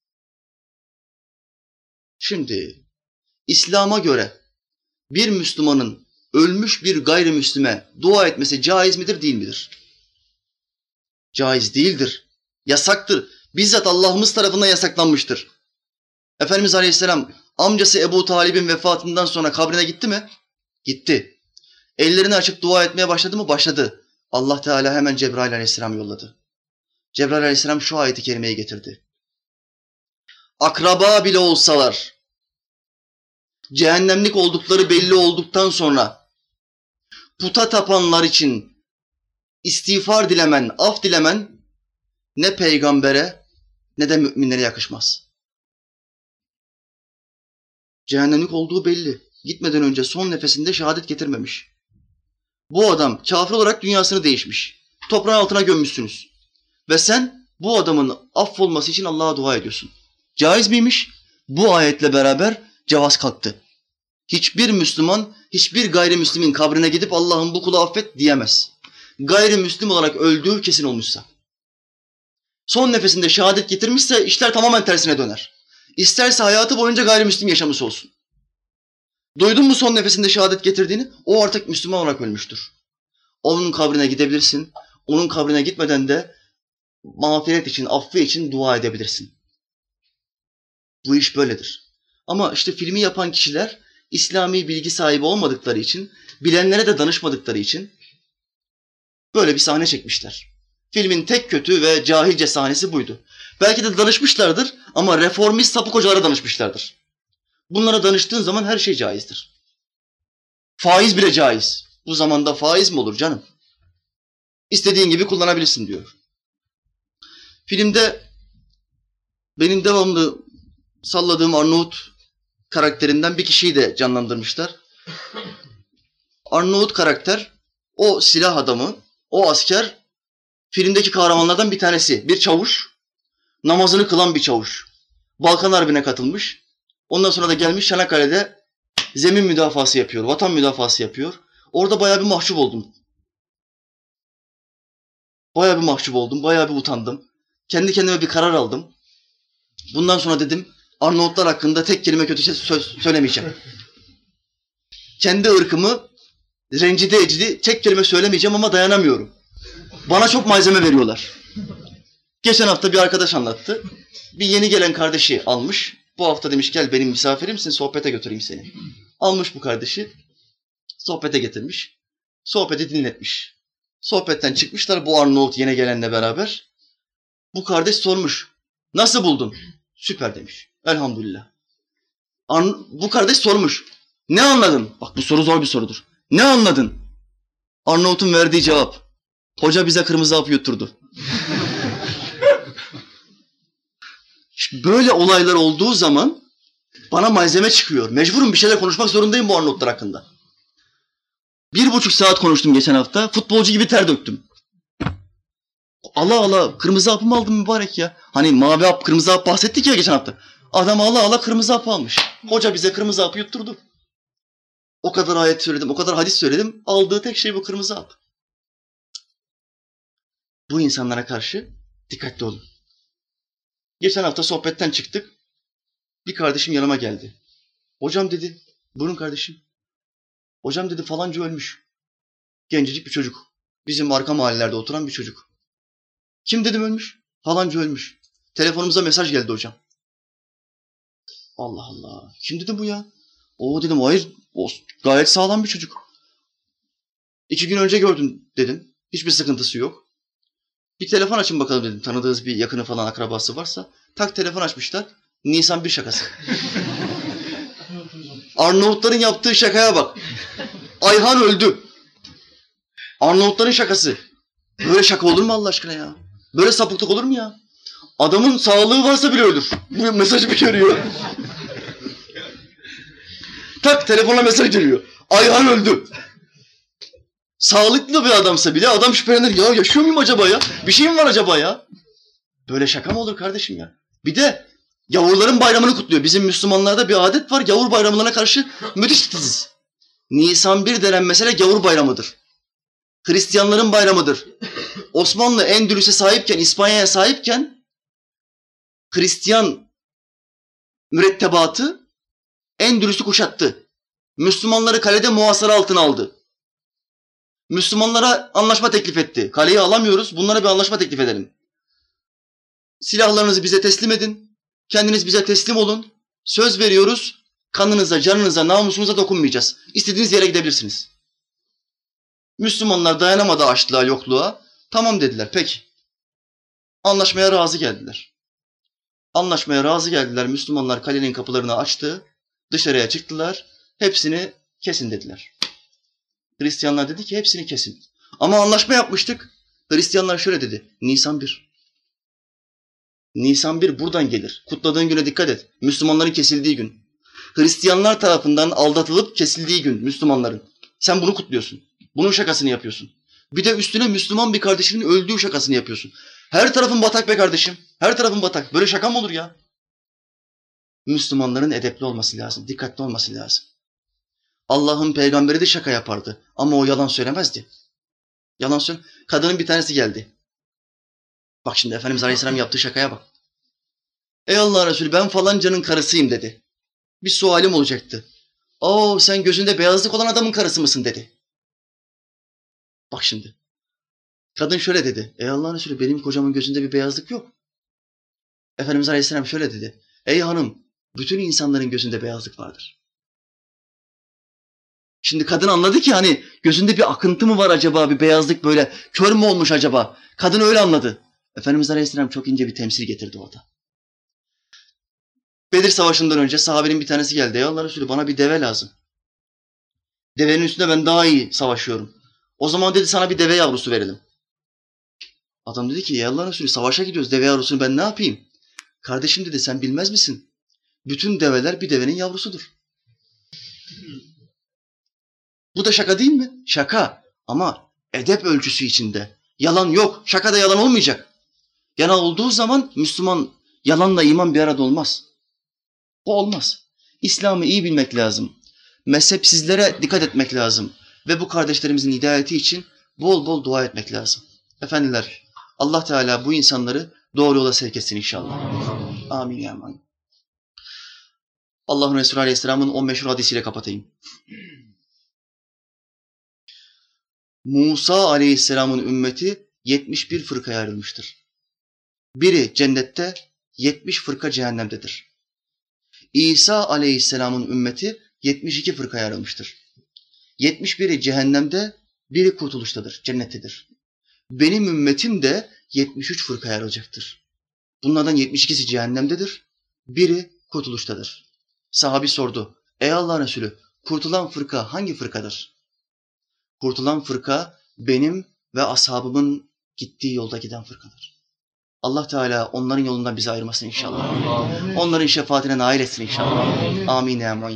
Şimdi İslam'a göre bir Müslümanın ölmüş bir gayrimüslime dua etmesi caiz midir, değil midir? Caiz değildir. Yasaktır. Bizzat Allah'ımız tarafından yasaklanmıştır. Efendimiz Aleyhisselam amcası Ebu Talib'in vefatından sonra kabrine gitti mi? Gitti. Ellerini açıp dua etmeye başladı mı? Başladı. Allah Teala hemen Cebrail Aleyhisselam yolladı. Cebrail Aleyhisselam şu ayeti kerimeyi getirdi. Akraba bile olsalar, cehennemlik oldukları belli olduktan sonra puta tapanlar için istiğfar dilemen, af dilemen ne peygambere ne de müminlere yakışmaz. Cehennemlik olduğu belli. Gitmeden önce son nefesinde şehadet getirmemiş. Bu adam kafir olarak dünyasını değişmiş. Toprağın altına gömmüşsünüz. Ve sen bu adamın affolması için Allah'a dua ediyorsun. Caiz miymiş? Bu ayetle beraber cevaz kalktı. Hiçbir Müslüman, hiçbir gayrimüslimin kabrine gidip Allah'ım bu kulu affet diyemez. Gayrimüslim olarak öldüğü kesin olmuşsa. Son nefesinde şehadet getirmişse işler tamamen tersine döner. İsterse hayatı boyunca gayrimüslim yaşamış olsun. Duydun mu son nefesinde şehadet getirdiğini? O artık Müslüman olarak ölmüştür. Onun kabrine gidebilirsin. Onun kabrine gitmeden de mağfiret için, affı için dua edebilirsin. Bu iş böyledir. Ama işte filmi yapan kişiler İslami bilgi sahibi olmadıkları için, bilenlere de danışmadıkları için böyle bir sahne çekmişler. Filmin tek kötü ve cahilce sahnesi buydu. Belki de danışmışlardır ama reformist sapık hocalara danışmışlardır. Bunlara danıştığın zaman her şey caizdir. Faiz bile caiz. Bu zamanda faiz mi olur canım? İstediğin gibi kullanabilirsin diyor. Filmde benim devamlı salladığım Arnavut karakterinden bir kişiyi de canlandırmışlar. Arnavut karakter, o silah adamı, o asker, filmdeki kahramanlardan bir tanesi. Bir çavuş, namazını kılan bir çavuş. Balkan Harbi'ne katılmış. Ondan sonra da gelmiş Çanakkale'de zemin müdafası yapıyor, vatan müdafası yapıyor. Orada bayağı bir mahcup oldum. Bayağı bir utandım. Kendi kendime bir karar aldım. Bundan sonra dedim, Arnavutlar hakkında tek kelime kötü şey söylemeyeceğim. Kendi ırkımı rencide edici, tek kelime söylemeyeceğim ama dayanamıyorum. Bana çok malzeme veriyorlar. Geçen hafta bir arkadaş anlattı. Bir yeni gelen kardeşi almış. Bu hafta demiş gel benim misafirimsin, sohbete götüreyim seni. Almış bu kardeşi, sohbete getirmiş. Sohbeti dinletmiş. Sohbetten çıkmışlar bu Arnavut yeni gelenle beraber. Bu kardeş sormuş. Nasıl buldun? Süper demiş. Elhamdülillah. Bu kardeş sormuş. Ne anladın? Bak bu soru zor bir sorudur. Ne anladın? Arnavut'un verdiği cevap. Hoca bize kırmızı hap yutturdu. Böyle olaylar olduğu zaman bana malzeme çıkıyor. Mecburum bir şeyler konuşmak zorundayım bu Arnavutlar hakkında. 1,5 saat konuştum geçen hafta. Futbolcu gibi ter döktüm. Allah Allah kırmızı hapımı aldım mübarek ya. Hani mavi hap, kırmızı hap bahsettik ya geçen hafta. Adam Allah Allah kırmızı hap almış. Hoca bize kırmızı hapı yutturdu. O kadar ayet söyledim, o kadar hadis söyledim. Aldığı tek şey bu kırmızı hap. Bu insanlara karşı dikkatli olun. Geçen hafta sohbetten çıktık. Bir kardeşim yanıma geldi. Hocam dedi, buyurun kardeşim. Hocam dedi falanca ölmüş. Gencecik bir çocuk. Bizim arka mahallelerde oturan bir çocuk. Kim dedim ölmüş? Falanca ölmüş. Telefonumuza mesaj geldi hocam. Allah Allah. Kim dedi bu ya? O dedim hayır. O gayet sağlam bir çocuk. 2 gün önce gördüm dedim. Hiçbir sıkıntısı yok. Bir telefon açın bakalım dedim. Tanıdığınız bir yakını falan akrabası varsa. Tak telefon açmışlar. Nisan 1 şakası. Arnavutların yaptığı şakaya bak. Ayhan öldü. Arnavutların şakası. Böyle şaka olur mu Allah aşkına ya? Böyle sapıklık olur mu ya? Adamın sağlığı varsa bile ölür. Bu mesajı bir görüyor. Tak telefona mesaj geliyor. Ayhan öldü. Sağlıklı bir adamsa bile adam şüphelenir. Ya yaşıyor muyum acaba ya? Bir şey mi var acaba ya? Böyle şaka mı olur kardeşim ya? Bir de gavurların bayramını kutluyor. Bizim Müslümanlarda bir adet var. Gavur bayramlarına karşı müthiş titiziz. Nisan 1 denen mesele gavur bayramıdır. Hristiyanların bayramıdır. Osmanlı Endülüs'e sahipken, İspanya'ya sahipken Hristiyan mürettebatı Endülüs'ü kuşattı. Müslümanları kalede muhasara altına aldı. Müslümanlara anlaşma teklif etti. Kaleyi alamıyoruz, bunlara bir anlaşma teklif edelim. Silahlarınızı bize teslim edin, kendiniz bize teslim olun. Söz veriyoruz, kanınıza, canınıza, namusunuza dokunmayacağız. İstediğiniz yere gidebilirsiniz. Müslümanlar dayanamadı açlığa, yokluğa. Tamam dediler, peki. Anlaşmaya razı geldiler. Anlaşmaya razı geldiler. Müslümanlar kalenin kapılarını açtı. Dışarıya çıktılar. Hepsini kesin dediler. Hristiyanlar dedi ki hepsini kesin. Ama anlaşma yapmıştık. Hristiyanlar şöyle dedi. Nisan 1. Nisan 1 buradan gelir. Kutladığın güne dikkat et. Müslümanların kesildiği gün. Hristiyanlar tarafından aldatılıp kesildiği gün Müslümanların. Sen bunu kutluyorsun. Bunun şakasını yapıyorsun. Bir de üstüne Müslüman bir kardeşinin öldüğü şakasını yapıyorsun. Her tarafın batak be kardeşim. Her tarafın batak. Böyle şaka mı olur ya? Müslümanların edepli olması lazım. Dikkatli olması lazım. Allah'ın peygamberi de şaka yapardı. Ama o yalan söylemezdi. Yalan Kadının bir tanesi geldi. Bak şimdi Efendimiz Aleyhisselam yaptığı şakaya bak. Ey Allah Resulü ben falancanın karısıyım dedi. Bir sualim olacaktı. Oo sen gözünde beyazlık olan adamın karısı mısın dedi. Bak şimdi. Kadın şöyle dedi. Ey Allah Resulü benim kocamın gözünde bir beyazlık yok. Efendimiz Aleyhisselam şöyle dedi. Ey hanım bütün insanların gözünde beyazlık vardır. Şimdi kadın anladı ki hani gözünde bir akıntı mı var acaba, bir beyazlık böyle kör mü olmuş acaba? Kadın öyle anladı. Efendimiz Aleyhisselam çok ince bir temsil getirdi orada. Bedir Savaşı'ndan önce sahabenin bir tanesi geldi. Ey Allah Resulü bana bir deve lazım. Devenin üstünde ben daha iyi savaşıyorum. O zaman dedi sana bir deve yavrusu verelim. Adam dedi ki ya Allah Resulü savaşa gidiyoruz, deve yavrusunu ben ne yapayım? Kardeşim dedi sen bilmez misin? Bütün develer bir devenin yavrusudur. Bu da şaka değil mi? Şaka ama edep ölçüsü içinde. Yalan yok. Şaka da yalan olmayacak. Yalan olduğu zaman Müslüman yalanla iman bir arada olmaz. O olmaz. İslam'ı iyi bilmek lazım. Mezhepsizlere dikkat etmek lazım. Ve bu kardeşlerimizin hidayeti için bol bol dua etmek lazım. Efendiler, Allah Teala bu insanları doğru yola sevk etsin inşallah. Amin ya amin. Allah'ın Resulü Aleyhisselam'ın o meşhur hadisiyle kapatayım. Musa aleyhisselamın ümmeti 71 fırkaya ayrılmıştır. Biri cennette, 70 fırka cehennemdedir. İsa aleyhisselamın ümmeti 72 fırkaya ayrılmıştır. 71'i cehennemde, biri kurtuluştadır, cennettedir. Benim ümmetim de 73 fırkaya ayrılacaktır. Bunlardan 72'si cehennemdedir, biri kurtuluştadır. Sahabi sordu, ey Allah'ın Resulü, kurtulan fırka hangi fırkadır? Kurtulan fırka benim ve ashabımın gittiği yolda giden fırkadır. Allah Teala onların yolundan bizi ayırmasın inşallah. Amin. Onların şefaatine nail etsin inşallah. Amin. Amin ya mu'in.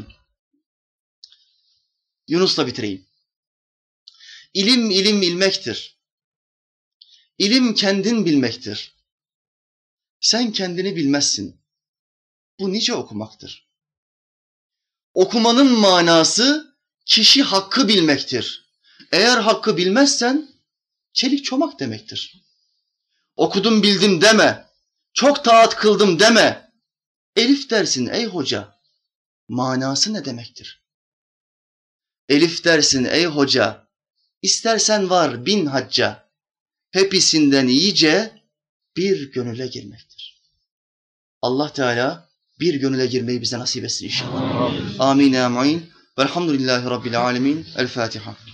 Yunus'la bitireyim. İlim ilmektir. İlim kendin bilmektir. Sen kendini bilmezsin. Bu nice okumaktır. Okumanın manası kişi hakkı bilmektir. Eğer hakkı bilmezsen çelik çomak demektir. Okudum bildim deme, çok taat kıldım deme. Elif dersin ey hoca, manası ne demektir? Elif dersin ey hoca, istersen var 1000 hacca. Hepsinden iyice bir gönüle girmektir. Allah Teala bir gönüle girmeyi bize nasip etsin inşallah. Amin ya mu'in. Velhamdülillahi Rabbil alemin. El Fatiha.